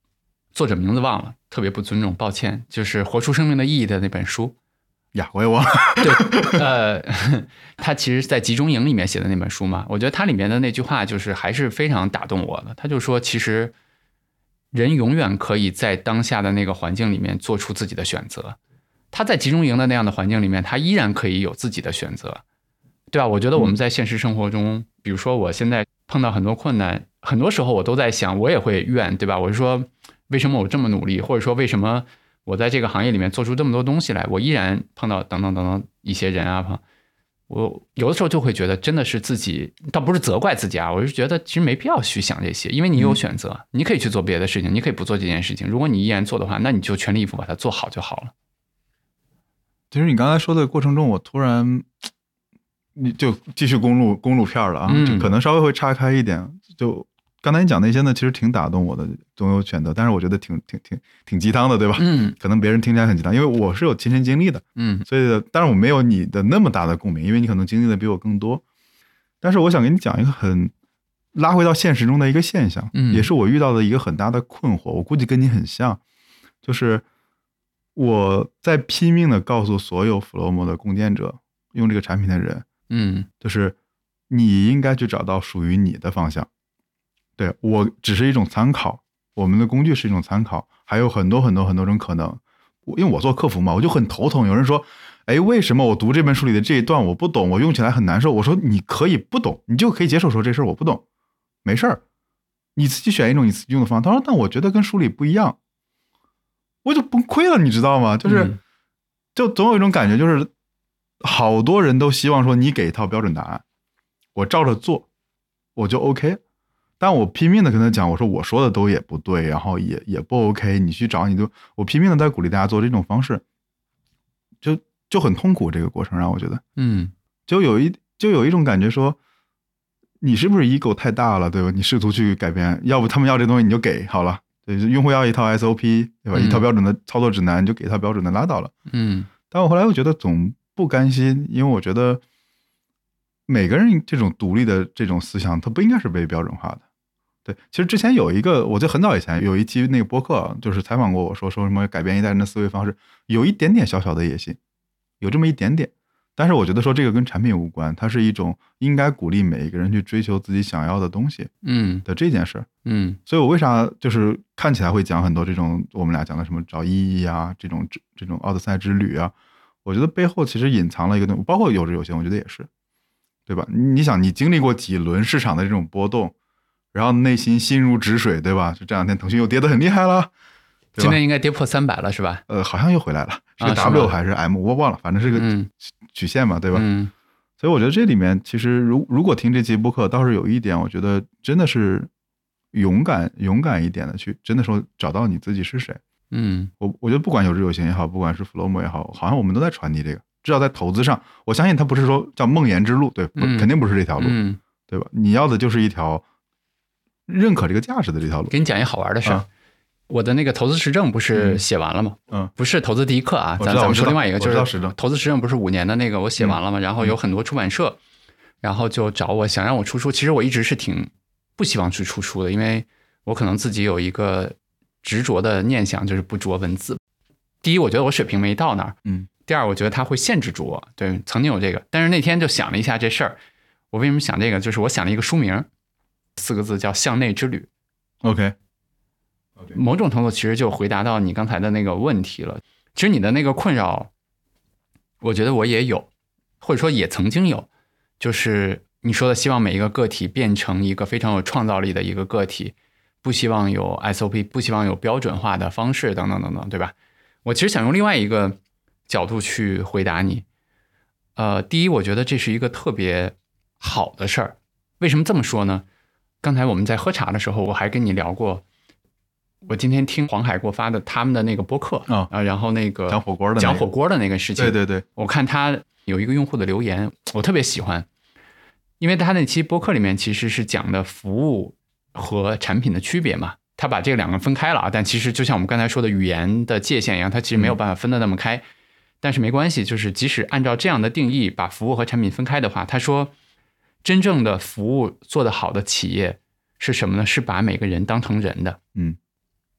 作者名字忘了，特别不尊重，抱歉，就是《活出生命的意义》的那本书。 呀，我也忘了。 对，呃，他其实在集中营里面写的那本书嘛，我觉得他里面的那句话就是还是非常打动我的。他就说，其实人永远可以在当下的那个环境里面做出自己的选择。他在集中营的那样的环境里面，他依然可以有自己的选择，对吧？我觉得我们在现实生活中，比如说我现在碰到很多困难，很多时候我都在想，我也会怨，对吧？我是说，为什么我这么努力，或者说为什么我在这个行业里面做出这么多东西来，我依然碰到等等等等一些人啊，我有的时候就会觉得真的是自己，倒不是责怪自己啊，我是觉得其实没必要去想这些，因为你有选择，嗯、你可以去做别的事情，你可以不做这件事情。如果你依然做的话，那你就全力以赴把它做好就好了。 其实你刚才说的过程中，我突然你就继续公路公路片了啊， 嗯、 就可能稍微会岔开一点。就刚才你讲那些呢，其实挺打动我的，总有选择，但是我觉得挺挺挺挺鸡汤的，对吧？ 嗯， 可能别人听起来很鸡汤，因为我是有亲身经历的， 嗯， 所以当然我没有你的那么大的共鸣，因为你可能经历的比我更多。但是我想给你讲一个很拉回到现实中的一个现象， 嗯， 也是我遇到的一个很大的困惑，我估计跟你很像，就是我在拼命的告诉所有 Flomo 的共建者，用这个产品的人， 嗯， 就是你应该去找到属于你的方向。对，我只是一种参考，我们的工具是一种参考，还有很多很多很多种可能。因为我做客服嘛，我就很头疼。有人说，哎，为什么我读这本书里的这一段我不懂，我用起来很难受？我说你可以不懂，你就可以接受说这事儿我不懂，没事儿，你自己选一种你自己用的方法。他说，但我觉得跟书里不一样，我就崩溃了，你知道吗？就是，就总有一种感觉，就是好多人都希望说你给一套标准答案，我照着做，我就 OK。但我拼命的跟他讲，我说我说的都也不对，然后也也不 OK， 你去找你就，我拼命的在鼓励大家做这种方式，就就很痛苦。这个过程让我觉得， 嗯， 就有一就有一种感觉说，你是不是 ego 太大了，对吧？你试图去改变，要不他们要这东西你就给好了，对，用户要一套 S O P， 对吧？嗯、一套标准的操作指南，你就给一套标准的拉倒了。 嗯， 但我后来又觉得总不甘心，因为我觉得每个人这种独立的这种思想，它不应该是被标准化的。对，其实之前有一个，我记得很早以前有一期那个播客，就是采访过我说说什么改变一代人的思维方式，有一点点小小的野心，有这么一点点。但是我觉得说这个跟产品无关，它是一种应该鼓励每一个人去追求自己想要的东西，嗯的这件事， 嗯。 所以我为啥就是看起来会讲很多这种我们俩讲的什么找意义啊，这种这种奥德赛之旅啊，我觉得背后其实隐藏了一个东西，包括有志有行，我觉得也是，对吧？你想，你经历过几轮市场的这种波动。然后内心心如止水，对吧？就这两天腾讯又跌得很厉害了， 今天应该跌破三百了，是吧？ 呃，好像又回来了，是个 W 还是 M，、啊、我忘了，反正是个曲线嘛，嗯、对吧？ 嗯。 所以我觉得这里面其实如如果听这期播客，倒是有一点，我觉得真的是勇敢勇敢一点的去，真的说找到你自己是谁。 嗯， 我我觉得不管有志有行也好，不管是 Flomo 也好，好像我们都在传递这个，至少在投资上，我相信它不是说叫梦魇之路，对，嗯、肯定不是这条路， 嗯， 对吧？你要的就是一条。认可这个价值的这条路。 给你讲一好玩的事儿、啊，我的那个投资实证不是写完了吗？ 嗯， 不是投资第一课啊，咱咱们说另外一个，就是投资实证不是五年的那个我写完了吗？嗯、然后有很多出版社，然后就找我想让我出书。其实我一直是挺不希望去出书的，因为我可能自己有一个执着的念想，就是不着文字。第一，我觉得我水平没到那儿， 嗯。 第二，我觉得它会限制住我。对，曾经有这个，但是那天就想了一下这事儿。我为什么想这个？就是我想了一个书名。四个字叫向内之旅。 OK， 某种程度其实就回答到你刚才的那个问题了。其实你的那个困扰我觉得我也有，或者说也曾经有，就是你说的希望每一个个体变成一个非常有创造力的一个个体，不希望有 S O P， 不希望有标准化的方式等等等等，对吧？我其实想用另外一个角度去回答你。呃，第一，我觉得这是一个特别好的事儿。为什么这么说呢？刚才我们在喝茶的时候，我还跟你聊过，我今天听黄海给我发的他们的那个播客啊、哦，然后那个讲火锅的、那个、 讲火锅的那个事情， 对对对， 我看他有一个用户的留言，我特别喜欢，因为他那期播客里面其实是讲的服务和产品的区别嘛，他把这两个分开了啊，但其实就像我们刚才说的语言的界限一样，他其实没有办法分得那么开，嗯、但是没关系，就是即使按照这样的定义把服务和产品分开的话，他说真正的服务做得好的企业是什么呢？是把每个人当成人的。 嗯，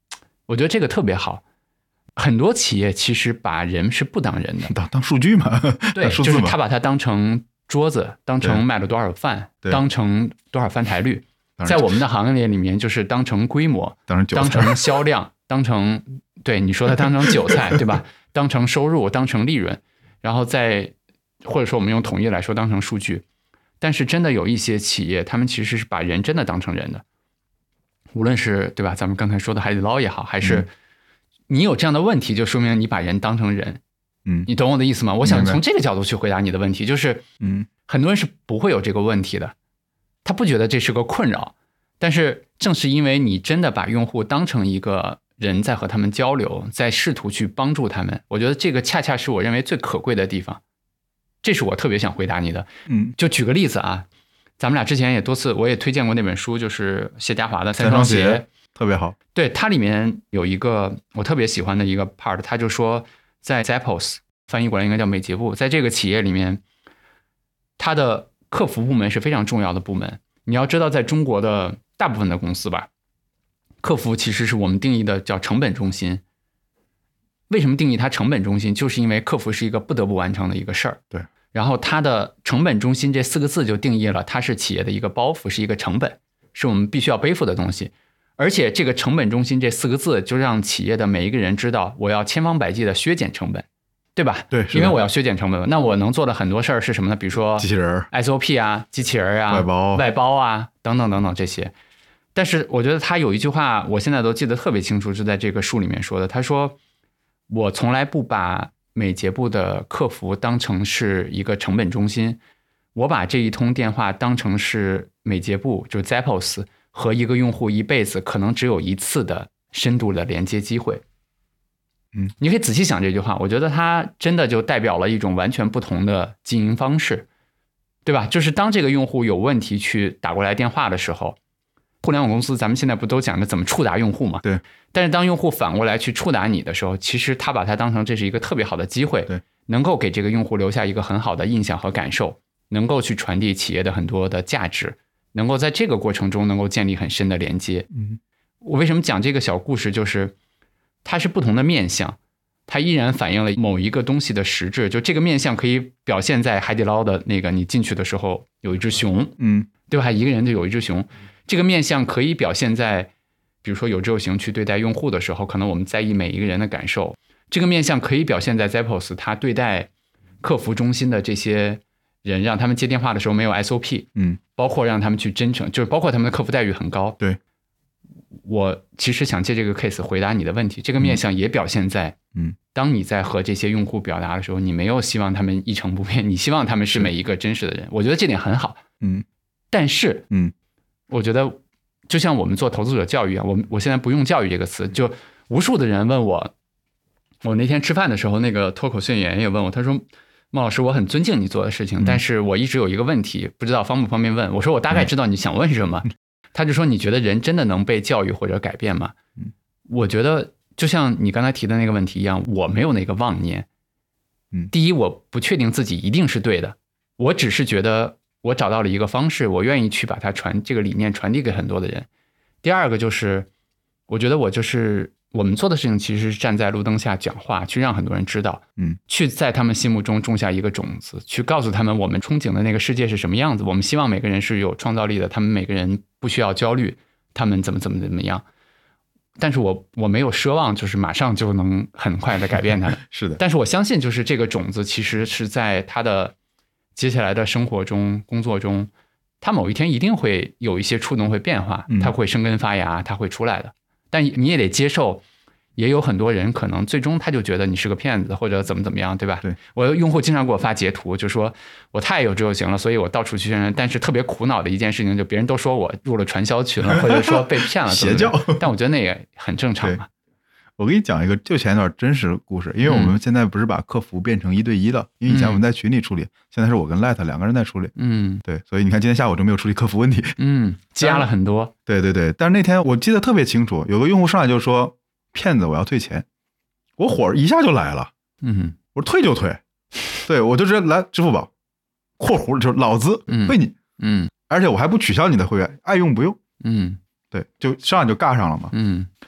我觉得这个特别好。很多企业其实把人是不当人的， 当当数据嘛， 对，就是他把它当成桌子，当成卖了多少饭，当成多少翻台率，在我们的行业里面就是当成规模， 当成当成销量，当成对你说它当成韭菜，对吧？当成收入，当成利润，然后再或者说我们用统一来说当成数据。但是真的有一些企业，他们其实是把人真的当成人的，无论是对吧？咱们刚才说的海底捞也好，还是、嗯。你有这样的问题，就说明你把人当成人， 嗯， 你懂我的意思吗？我想从这个角度去回答你的问题，就是， 嗯， 很多人是不会有这个问题的，他不觉得这是个困扰，但是正是因为你真的把用户当成一个人在和他们交流，在试图去帮助他们，我觉得这个恰恰是我认为最可贵的地方，这是我特别想回答你的。 嗯， 就举个例子啊，咱们俩之前也多次我也推荐过那本书，就是谢家华的三双鞋。 特别好， 对，它里面有一个我特别喜欢的一个 part， 他就说在 Zappos 翻译过来应该叫美捷部，在这个企业里面，它的客服部门是非常重要的部门。你要知道，在中国的大部分的公司吧，客服其实是我们定义的叫成本中心。为什么定义它成本中心？就是因为客服是一个不得不完成的一个事儿。 对， 然后它的成本中心这四个字就定义了它是企业的一个包袱，是一个成本，是我们必须要背负的东西。而且这个成本中心这四个字就让企业的每一个人知道，我要千方百计的削减成本，对吧？ 对， 因为我要削减成本，那我能做的很多事儿是什么呢？比如说机器人 S O P 啊，机器人啊， 外包外包啊，等等等等这些。但是我觉得他有一句话，我现在都记得特别清楚，是在这个书里面说的。他说，我从来不把美捷部的客服当成是一个成本中心，我把这一通电话当成是美捷部，就是 Zappos。和一个用户一辈子可能只有一次的深度的连接机会。 嗯， 你可以仔细想这句话，我觉得它真的就代表了一种完全不同的经营方式，对吧？就是当这个用户有问题去打过来电话的时候，互联网公司咱们现在不都讲着怎么触达用户嘛？ 对。 但是当用户反过来去触达你的时候，其实他把它当成这是一个特别好的机会， 对， 能够给这个用户留下一个很好的印象和感受，能够去传递企业的很多的价值。能够在这个过程中能够建立很深的连接。 嗯， 我为什么讲这个小故事，就是它是不同的面向，它依然反映了某一个东西的实质。就这个面向可以表现在海底捞的那个，你进去的时候有一只熊， 嗯， 对吧？一个人就有一只熊。这个面向可以表现在，比如说有志有行去对待用户的时候，可能我们在意每一个人的感受。这个面向可以表现在 Zappos 他对待客服中心的这些人，让他们接电话的时候没有 S O P， 嗯， 包括让他们去真诚，就是包括他们的客服待遇很高。 对， 我其实想借这个 case 回答你的问题，这个面向也表现在， 嗯， 当你在和这些用户表达的时候，你没有希望他们一成不变，你希望他们是每一个真实的人。我觉得这点很好， 嗯， 但是， 嗯， 我觉得就像我们做投资者教育啊，我我现在不用教育这个词，就无数的人问我，我那天吃饭的时候，那个脱口秀演员也问我，他说，孟老师，我很尊敬你做的事情，但是我一直有一个问题，不知道方不方便问。我说我大概知道你想问什么，他就说你觉得人真的能被教育或者改变吗？我觉得就像你刚才提的那个问题一样，我没有那个妄念。第一，我不确定自己一定是对的，我只是觉得我找到了一个方式，我愿意去把它传这个理念传递给很多的人。第二个就是，我觉得我就是我们做的事情其实是站在路灯下讲话，去让很多人知道， 嗯， 去在他们心目中种下一个种子，去告诉他们我们憧憬的那个世界是什么样子。我们希望每个人是有创造力的，他们每个人不需要焦虑，他们怎么怎么怎么样。但是我我没有奢望就是马上就能很快的改变他们是的。 但是我相信就是这个种子其实是在他的接下来的生活中工作中，他某一天一定会有一些触动会变化，他会生根发芽，他会出来的。但你也得接受，也有很多人可能最终他就觉得你是个骗子或者怎么怎么样，对吧？ 对， 我用户经常给我发截图，就说我太有志有行了，所以我到处去宣传，但是特别苦恼的一件事情，就别人都说我入了传销群了，或者说被骗了， 邪教。 但我觉得那也很正常嘛。 我给你讲一个就前一段真实故事，因为我们现在不是把客服变成一对一的，因为以前我们在群里处理，现在是我跟 Light 两个人在处理。 嗯， 对，所以你看今天下午就没有处理客服问题。 嗯，加了很多。 对对对，但是那天我记得特别清楚，有个用户上来就说骗子，我要退钱，我火一下就来了。 嗯， 我说退就退，对我就直接来支付宝，括弧就是老子为你。 嗯， 而且我还不取消你的会员，爱用不用。 嗯， 对，就上来就尬上了嘛。 嗯。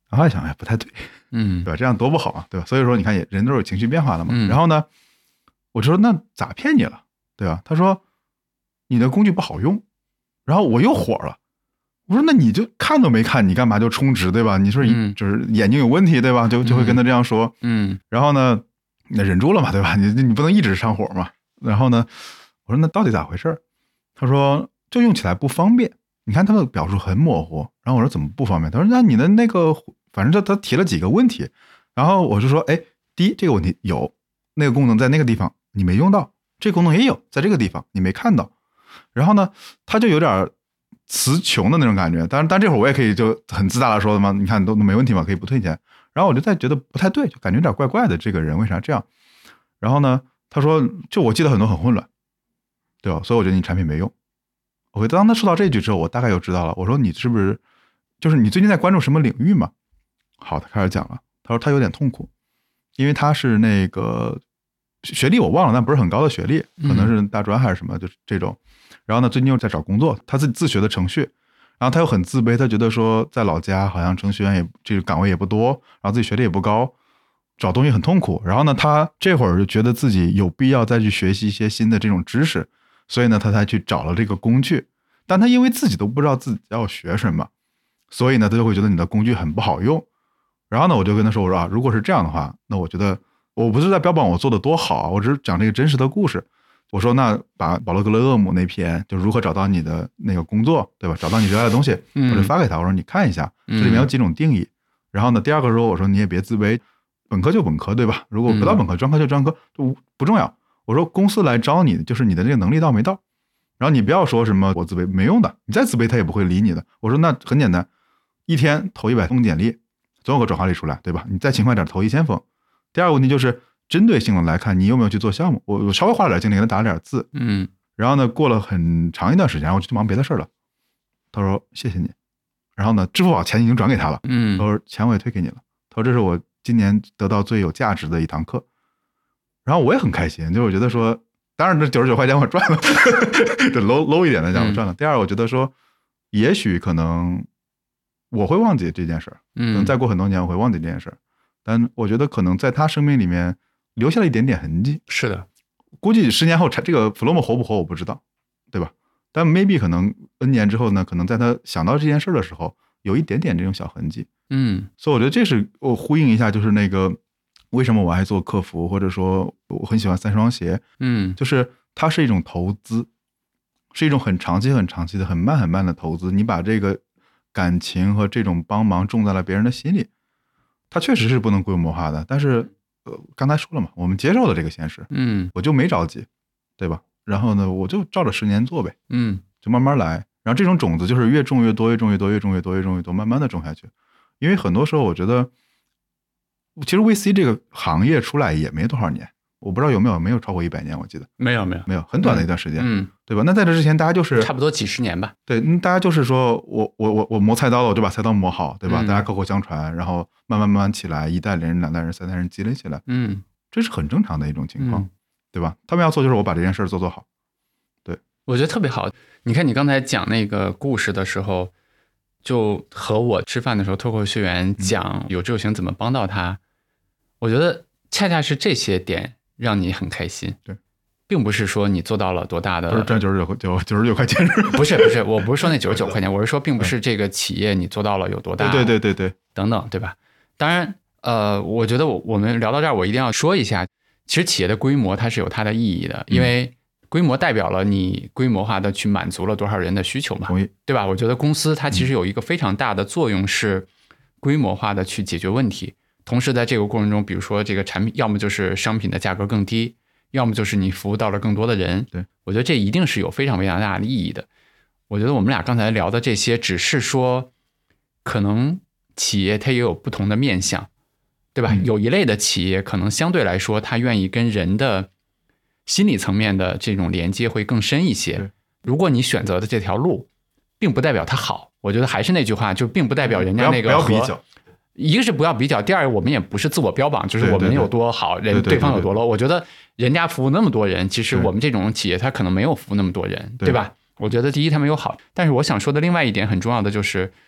然后还想，哎，不太对， 嗯， 对吧？这样多不好啊，对吧？所以说，你看，人都是有情绪变化的嘛。 嗯、 然后呢，我就说那咋骗你了，对吧？他说你的工具不好用，然后我又火了。我说那你就看都没看，你干嘛就充值，对吧？你说就是眼睛有问题，对吧？就就会跟他这样说。 嗯， 然后呢，那忍住了嘛，对吧？你你不能一直上火嘛。然后呢，我说那到底咋回事？他说就用起来不方便。你看他的表述很模糊。然后我说怎么不方便？他说那你的那个，反正他他提了几个问题。然后我就说，哎，第一这个问题有，那个功能在那个地方你没用到，这个功能也有，在这个地方你没看到。然后呢，他就有点词穷的那种感觉。当然，但这会儿我也可以就很自大的说的嘛，你看都没问题嘛，可以不退钱。然后我就在觉得不太对，就感觉有点怪怪的，这个人为啥这样？然后呢，他说就我记得很多很混乱，对吧？所以我觉得你产品没用。我当他说到这句之后，我大概就知道了。我说你是不是就是你最近在关注什么领域嘛？好，他开始讲了。他说他有点痛苦，因为他是那个学历我忘了，但不是很高的学历，可能是大专还是什么，就是这种。然后呢，最近又在找工作，他自己自学的程序，然后他又很自卑，他觉得说在老家好像程序员也这个岗位也不多，然后自己学历也不高，找东西很痛苦。然后呢，他这会儿就觉得自己有必要再去学习一些新的这种知识，所以呢，他才去找了这个工具。但他因为自己都不知道自己要学什么，所以呢，他就会觉得你的工具很不好用。然后呢，我就跟他说，我说啊，如果是这样的话，那我觉得我不是在标榜我做的多好啊，我只是讲这个真实的故事。我说那把保罗格雷厄姆那篇就如何找到你的那个工作，对吧？找到你热爱的东西，我就发给他，我说你看一下，这里面有几种定义。然后呢，第二个说我说你也别自卑，本科就本科，对吧？如果不到本科，专科就专科，就不重要。我说公司来招你，就是你的这个能力到没到。然后你不要说什么我自卑，没用的，你再自卑他也不会理你的。我说那很简单，一天投一百封简历，总有个转化率出来，对吧？你再勤快点投一千封。第二个问题就是针对性的来看，你有没有去做项目？我我稍微花了点精力给他打了点字， 嗯， 然后呢，过了很长一段时间，然后我就去忙别的事了。他说谢谢你，然后呢，支付宝钱已经转给他了， 嗯， 他说钱我也退给你了，他说这是我今年得到最有价值的一堂课，然后我也很开心，就我觉得说，当然这九十九块钱我赚了，这 low low 一点的讲我赚了。第二，我觉得说，也许可能我会忘记这件事儿，可能再过很多年我会忘记这件事儿。但我觉得可能在他生命里面留下了一点点痕迹。 是的， 估计十年后这个 Flomo 活不活我不知道，对吧？但 maybe 可能 N 年之后呢，可能在他想到这件事的时候，有一点点这种小痕迹。 嗯， 所以我觉得这是我呼应一下，就是那个为什么我爱做客服，或者说我很喜欢三双鞋， 嗯， 就是它是一种投资，是一种很长期、很长期的、很慢、很慢的投资。你把这个感情和这种帮忙种在了别人的心里。它确实是不能规模化的，但是呃，刚才说了嘛，我们接受了这个现实， 嗯， 我就没着急，对吧？然后呢，我就照着十年做呗， 嗯， 就慢慢来。然后这种种子就是越种越多，越种越多，越种越多，越种越多，慢慢的种下去。因为很多时候我觉得，其实 V C 这个行业出来也没多少年，我不知道有没有没有超过一百年，我记得没有没有没有，很短的一段时间， 嗯， 对吧？那在这之前，大家就是差不多几十年吧。 对，大家就是说我我我我磨菜刀了，我就把菜刀磨好，对吧？ 嗯、 大家口口相传，然后慢慢慢慢起来，一代人、两代人、三代人积累起来， 嗯， 这是很正常的一种情况， 嗯、 对吧？他们要做就是我把这件事做做好，对， 我觉得特别好。你看你刚才讲那个故事的时候，就和我吃饭的时候脱口秀员讲有志有行怎么帮到他，嗯、我觉得恰恰是这些点让你很开心， 对。 并不是说你做到了多大的， 不是赚九十九九九十九块钱， 不是不是，我不是说那九十九块钱，我是说并不是这个企业你做到了有多大， 对对对对对， 等等，对吧？当然，呃，我觉得我我们聊到这儿，我一定要说一下，其实企业的规模它是有它的意义的，因为规模代表了你规模化的去满足了多少人的需求嘛， 同意， 对吧？我觉得公司它其实有一个非常大的作用是规模化的去解决问题，同时在这个过程中，比如说这个产品，要么就是商品的价格更低。要么就是你服务到了更多的人， 对， 我觉得这一定是有非常非常大的意义的。我觉得我们俩刚才聊的这些，只是说，可能企业它也有不同的面向，对吧？嗯、有一类的企业可能相对来说，它愿意跟人的心理层面的这种连接会更深一些。如果你选择的这条路，并不代表它好。我觉得还是那句话，就并不代表人家那个不要比较。 一个是不要比较，第二我们也不是自我标榜，就是我们有多好， 对对对人对方有多 low。我觉得人家服务那么多人，其实我们这种企业它可能没有服务那么多人， 对, 对吧？我觉得第一他们有好，但是我想说的另外一点很重要的就是，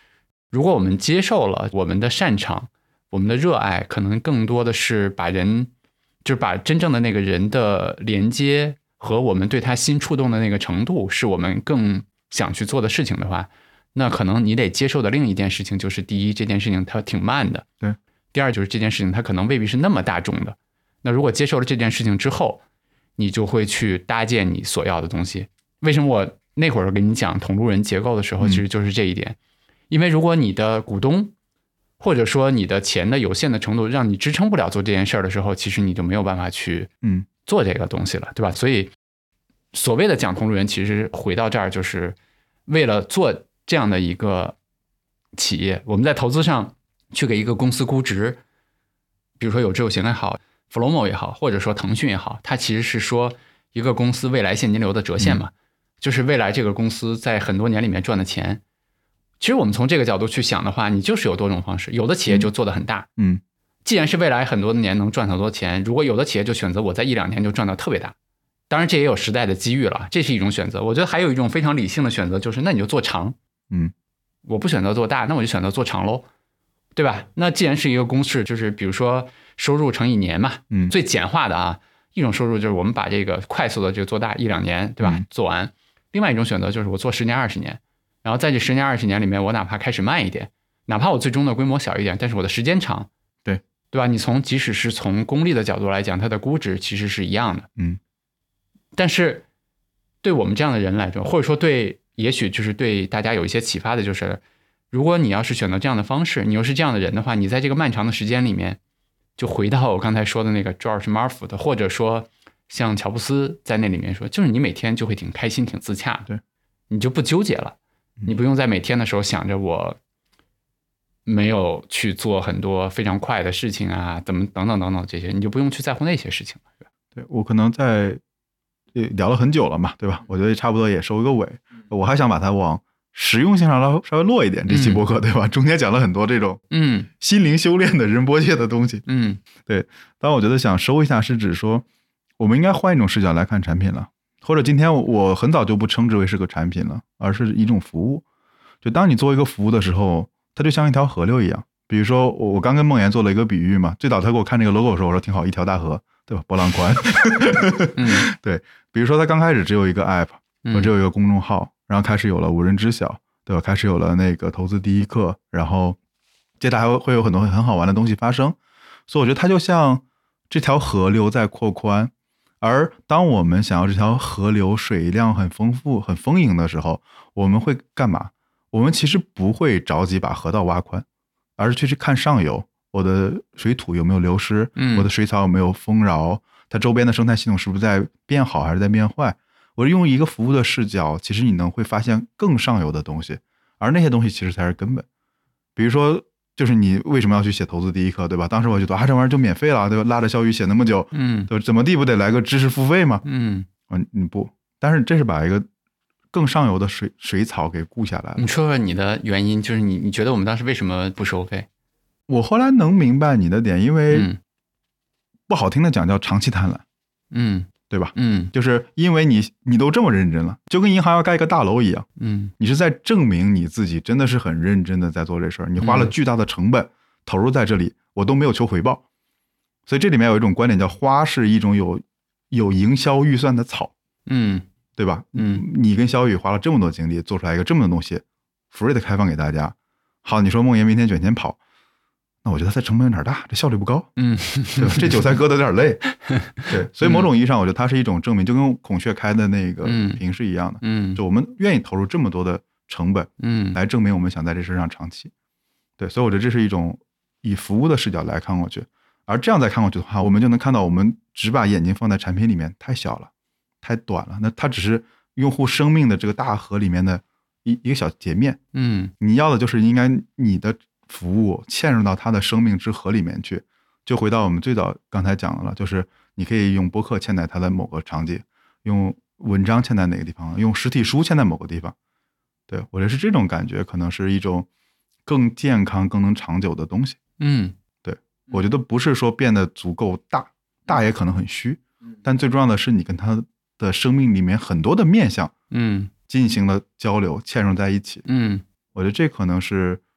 如果我们接受了我们的擅长，我们的热爱，可能更多的是把人，就是把真正的那个人的连接和我们对他心触动的那个程度，是我们更想去做的事情的话，那可能你得接受的另一件事情就是，第一，这件事情它挺慢的， 对； 第二，就是这件事情它可能未必是那么大众的。那如果接受了这件事情之后，你就会去搭建你所要的东西。为什么我那会儿跟你讲同路人结构的时候，其实就是这一点。嗯，因为如果你的股东或者说你的钱的有限的程度让你支撑不了做这件事儿的时候，其实你就没有办法去嗯做这个东西了，对吧？所以所谓的讲同路人，其实回到这儿就是为了做这样的一个企业，我们在投资上去给一个公司估值，比如说有知有行也好，Flomo 也好，或者说腾讯也好，它其实是说一个公司未来现金流的折现嘛，嗯，就是未来这个公司在很多年里面赚的钱。其实我们从这个角度去想的话，你就是有多种方式，有的企业就做得很大，嗯，既然是未来很多年能赚很多钱，如果有的企业就选择我在一两年就赚到特别大，当然这也有时代的机遇了，这是一种选择。我觉得还有一种非常理性的选择，就是那你就做长，嗯，我不选择做大，那我就选择做长喽，对吧？那既然是一个公式，就是比如说收入乘以年嘛，嗯，最简化的啊，一种收入就是我们把这个快速的就做大一两年，对吧？嗯，做完。另外一种选择就是我做十年二十年。然后在这十年二十年里面，我哪怕开始慢一点，哪怕我最终的规模小一点，但是我的时间长， 对对吧？你从即使是从功利的角度来讲，它的估值其实是一样的，嗯。但是对我们这样的人来说，或者说对，也许就是对大家有一些启发的，就是如果你要是选择这样的方式，你又是这样的人的话，你在这个漫长的时间里面，就回到我刚才说的那个 George Marfut， 或者说像乔布斯在那里面说，就是你每天就会挺开心、挺自洽， 对， 你就不纠结了。你不用在每天的时候想着我没有去做很多非常快的事情啊，怎么等等等等这些，你就不用去在乎那些事情了。 对，我可能在聊了很久了嘛，对吧？我觉得差不多也收一个尾。我还想把它往实用性上稍微落一点，这期播客，对吧？中间讲了很多这种嗯心灵修炼的仁波切的东西，嗯，对。但我觉得想收一下，是指说我们应该换一种视角来看产品了。或者今天我很早就不称之为是个产品了，而是一种服务。就当你做一个服务的时候，它就像一条河流一样。比如说我刚跟梦妍做了一个比喻嘛，最早他给我看这个 logo 的时候，我说挺好，一条大河，对吧？波浪宽。嗯，对。比如说他刚开始只有一个 app， 或只有一个公众号，然后开始有了无人知晓，对吧？开始有了那个投资第一课，然后接着还会有很多很好玩的东西发生。所以我觉得它就像这条河流在扩宽。而当我们想要这条河流水量很丰富很丰盈的时候，我们会干嘛？我们其实不会着急把河道挖宽，而是去看上游，我的水土有没有流失，嗯，我的水草有没有丰饶，它周边的生态系统是不是在变好还是在变坏。我用一个服务的视角，其实你能会发现更上游的东西，而那些东西其实才是根本。比如说就是你为什么要去写投资第一课，对吧？当时我就觉得啊，这玩意儿就免费了，对吧？拉着小雨写那么久，嗯，对，怎么地不得来个知识付费吗？嗯，嗯，你不，但是这是把一个更上游的水水草给顾下来了。 你说说你的原因，就是你你觉得我们当时为什么不收费？ 我后来能明白你的点，因为不好听的讲叫长期贪婪，嗯。对吧？嗯，就是因为你你都这么认真了，就跟银行要盖一个大楼一样，嗯，你是在证明你自己真的是很认真的在做这事儿，你花了巨大的成本、嗯、投入在这里，我都没有求回报。所以这里面有一种观点叫花是一种有有营销预算的草，嗯，对吧？嗯，你跟小雨花了这么多精力做出来一个这么多东西 free 的开放给大家。好，你说梦妍明天卷钱跑，那我觉得它成本有点大，这效率不高，嗯，对吧？这韭菜割得有点累，对，所以某种意义上，我觉得它是一种证明，就跟孔雀开的那个屏是一样的，嗯，就我们愿意投入这么多的成本，嗯，来证明我们想在这事上长期，对，所以我觉得这是一种以服务的视角来看过去，而这样再看过去的话，我们就能看到，我们只把眼睛放在产品里面太小了，太短了，那它只是用户生命的这个大河里面的一一个小截面，嗯，你要的就是应该你的服务嵌入到他的生命之河里面去，就回到我们最早刚才讲的了，就是你可以用播客嵌在他的某个场景，用文章嵌在哪个地方，用实体书嵌在某个地方。对，我觉得是这种感觉，可能是一种更健康、更能长久的东西。嗯，对，我觉得不是说变得足够大，大也可能很虚，但最重要的是你跟他的生命里面很多的面向，嗯，进行了交流，嵌入在一起。嗯，我觉得这可能是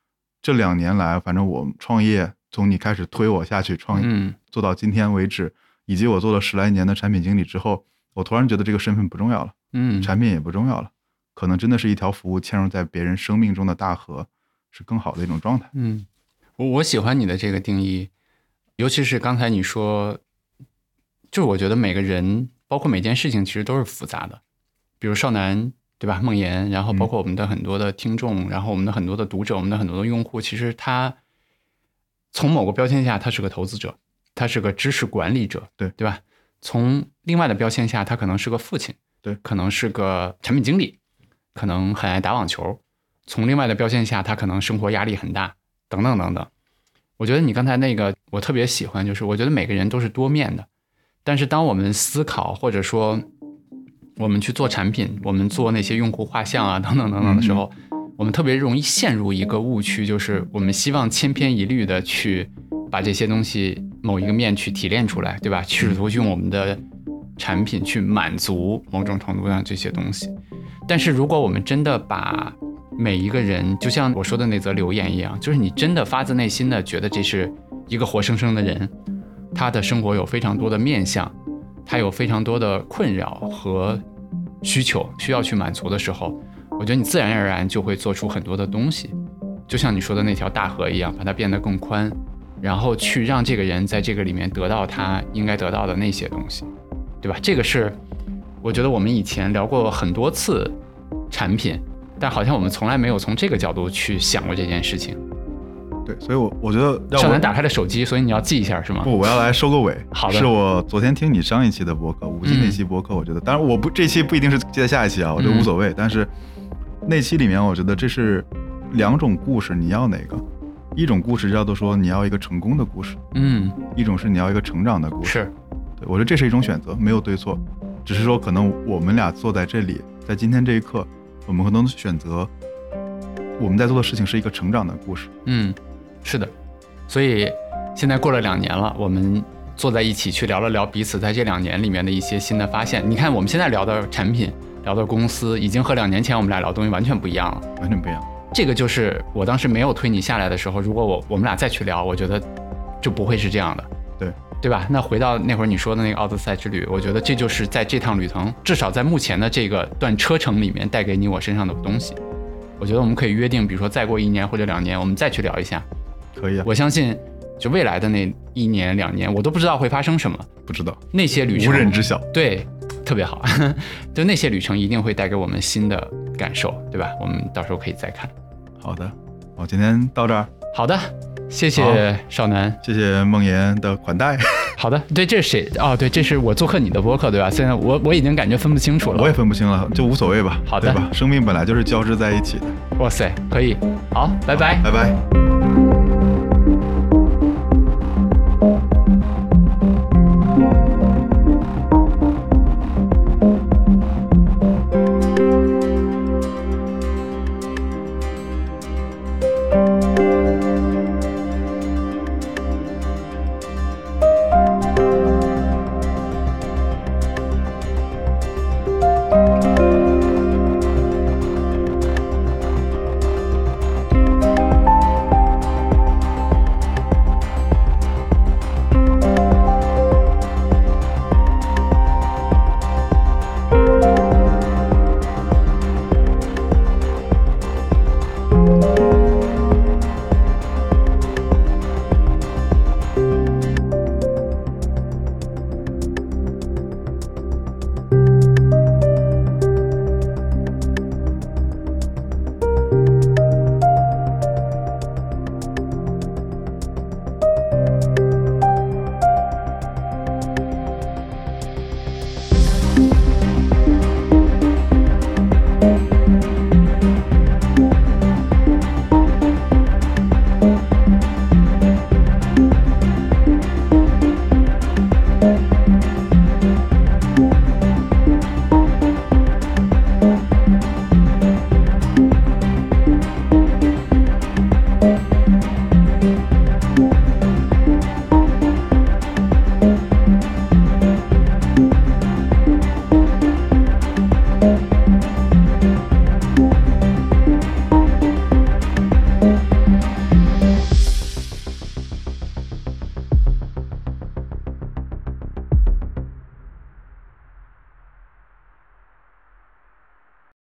这两年来，反正我创业，从你开始推我下去创业， 嗯， 做到今天为止，以及我做了十来年的产品经理之后，我突然觉得这个身份不重要了， 嗯， 产品也不重要了，可能真的是一条服务嵌入在别人生命中的大河，是更好的一种状态。 嗯，我我喜欢你的这个定义，尤其是刚才你说，就是我觉得每个人，包括每件事情，其实都是复杂的。比如少男，对吧？梦妍，然后包括我们的很多的听众，嗯、然后我们的很多的读者，我们的很多的用户，其实他从某个标签下，他是个投资者，他是个知识管理者， 对对吧？从另外的标签下，他可能是个父亲， 对， 可能是个产品经理，可能很爱打网球。从另外的标签下，他可能生活压力很大，等等等等。我觉得你刚才那个我特别喜欢，就是我觉得每个人都是多面的，但是当我们思考或者说我们去做产品，我们做那些用户画像啊等等等等的时候，嗯、我们特别容易陷入一个误区，就是我们希望千篇一律的去把这些东西某一个面去提炼出来，对吧？试图用我们的产品去满足某种程度上这些东西。但是如果我们真的把每一个人，就像我说的那则留言一样，就是你真的发自内心的觉得这是一个活生生的人，他的生活有非常多的面向，他有非常多的困扰和需求需要去满足的时候，我觉得你自然而然就会做出很多的东西，就像你说的那条大河一样，把它变得更宽，然后去让这个人在这个里面得到他应该得到的那些东西，对吧？这个是我觉得我们以前聊过很多次产品，但好像我们从来没有从这个角度去想过这件事情。 对，所以我我觉得少男打开了手机，所以你要记一下是吗？ 不，我要来收个尾。 好的， 是我昨天听你上一期的播客，五期那期播客，我觉得，当然我不这期不一定是接下一期啊，我觉得无所谓。嗯、但是那期里面，我觉得这是两种故事，你要哪个？一种故事叫做说你要一个成功的故事， 嗯， 一种是你要一个成长的故事。 是， 对，我觉得这是一种选择，没有对错，只是说可能我们俩坐在这里，在今天这一刻，我们可能选择我们在做的事情是一个成长的故事。 嗯，是的。所以现在过了两年了，我们坐在一起去聊了聊彼此在这两年里面的一些新的发现。你看我们现在聊的产品，聊的公司，已经和两年前我们俩聊的东西完全不一样了， 完全不一样。 这个就是我当时没有推你下来的时候，如果我我们俩再去聊，我觉得就不会是这样的， 对对吧？那回到那会儿你说的那个奥德赛之旅，我觉得这就是在这趟旅程，至少在目前的这个段车程里面带给你我身上的东西。我觉得我们可以约定，比如说再过一年或者两年，我们再去聊一下。 可以啊， 我相信就未来的那一年两年，我都不知道会发生什么， 不知道那些旅程无人知晓， 对，特别好。就那些旅程一定会带给我们新的感受，对吧？我们到时候可以再看。 好的，我今天到这儿。 好的，谢谢少男， 谢谢梦妍的款待。 好的，对，这是谁？哦，对，这是我做客你的播客，对吧？现在我我已经感觉分不清楚了， 我也分不清了，就无所谓吧。 好的， 对吧？生命本来就是交织在一起的。 哇塞，可以，好，拜拜， 拜拜。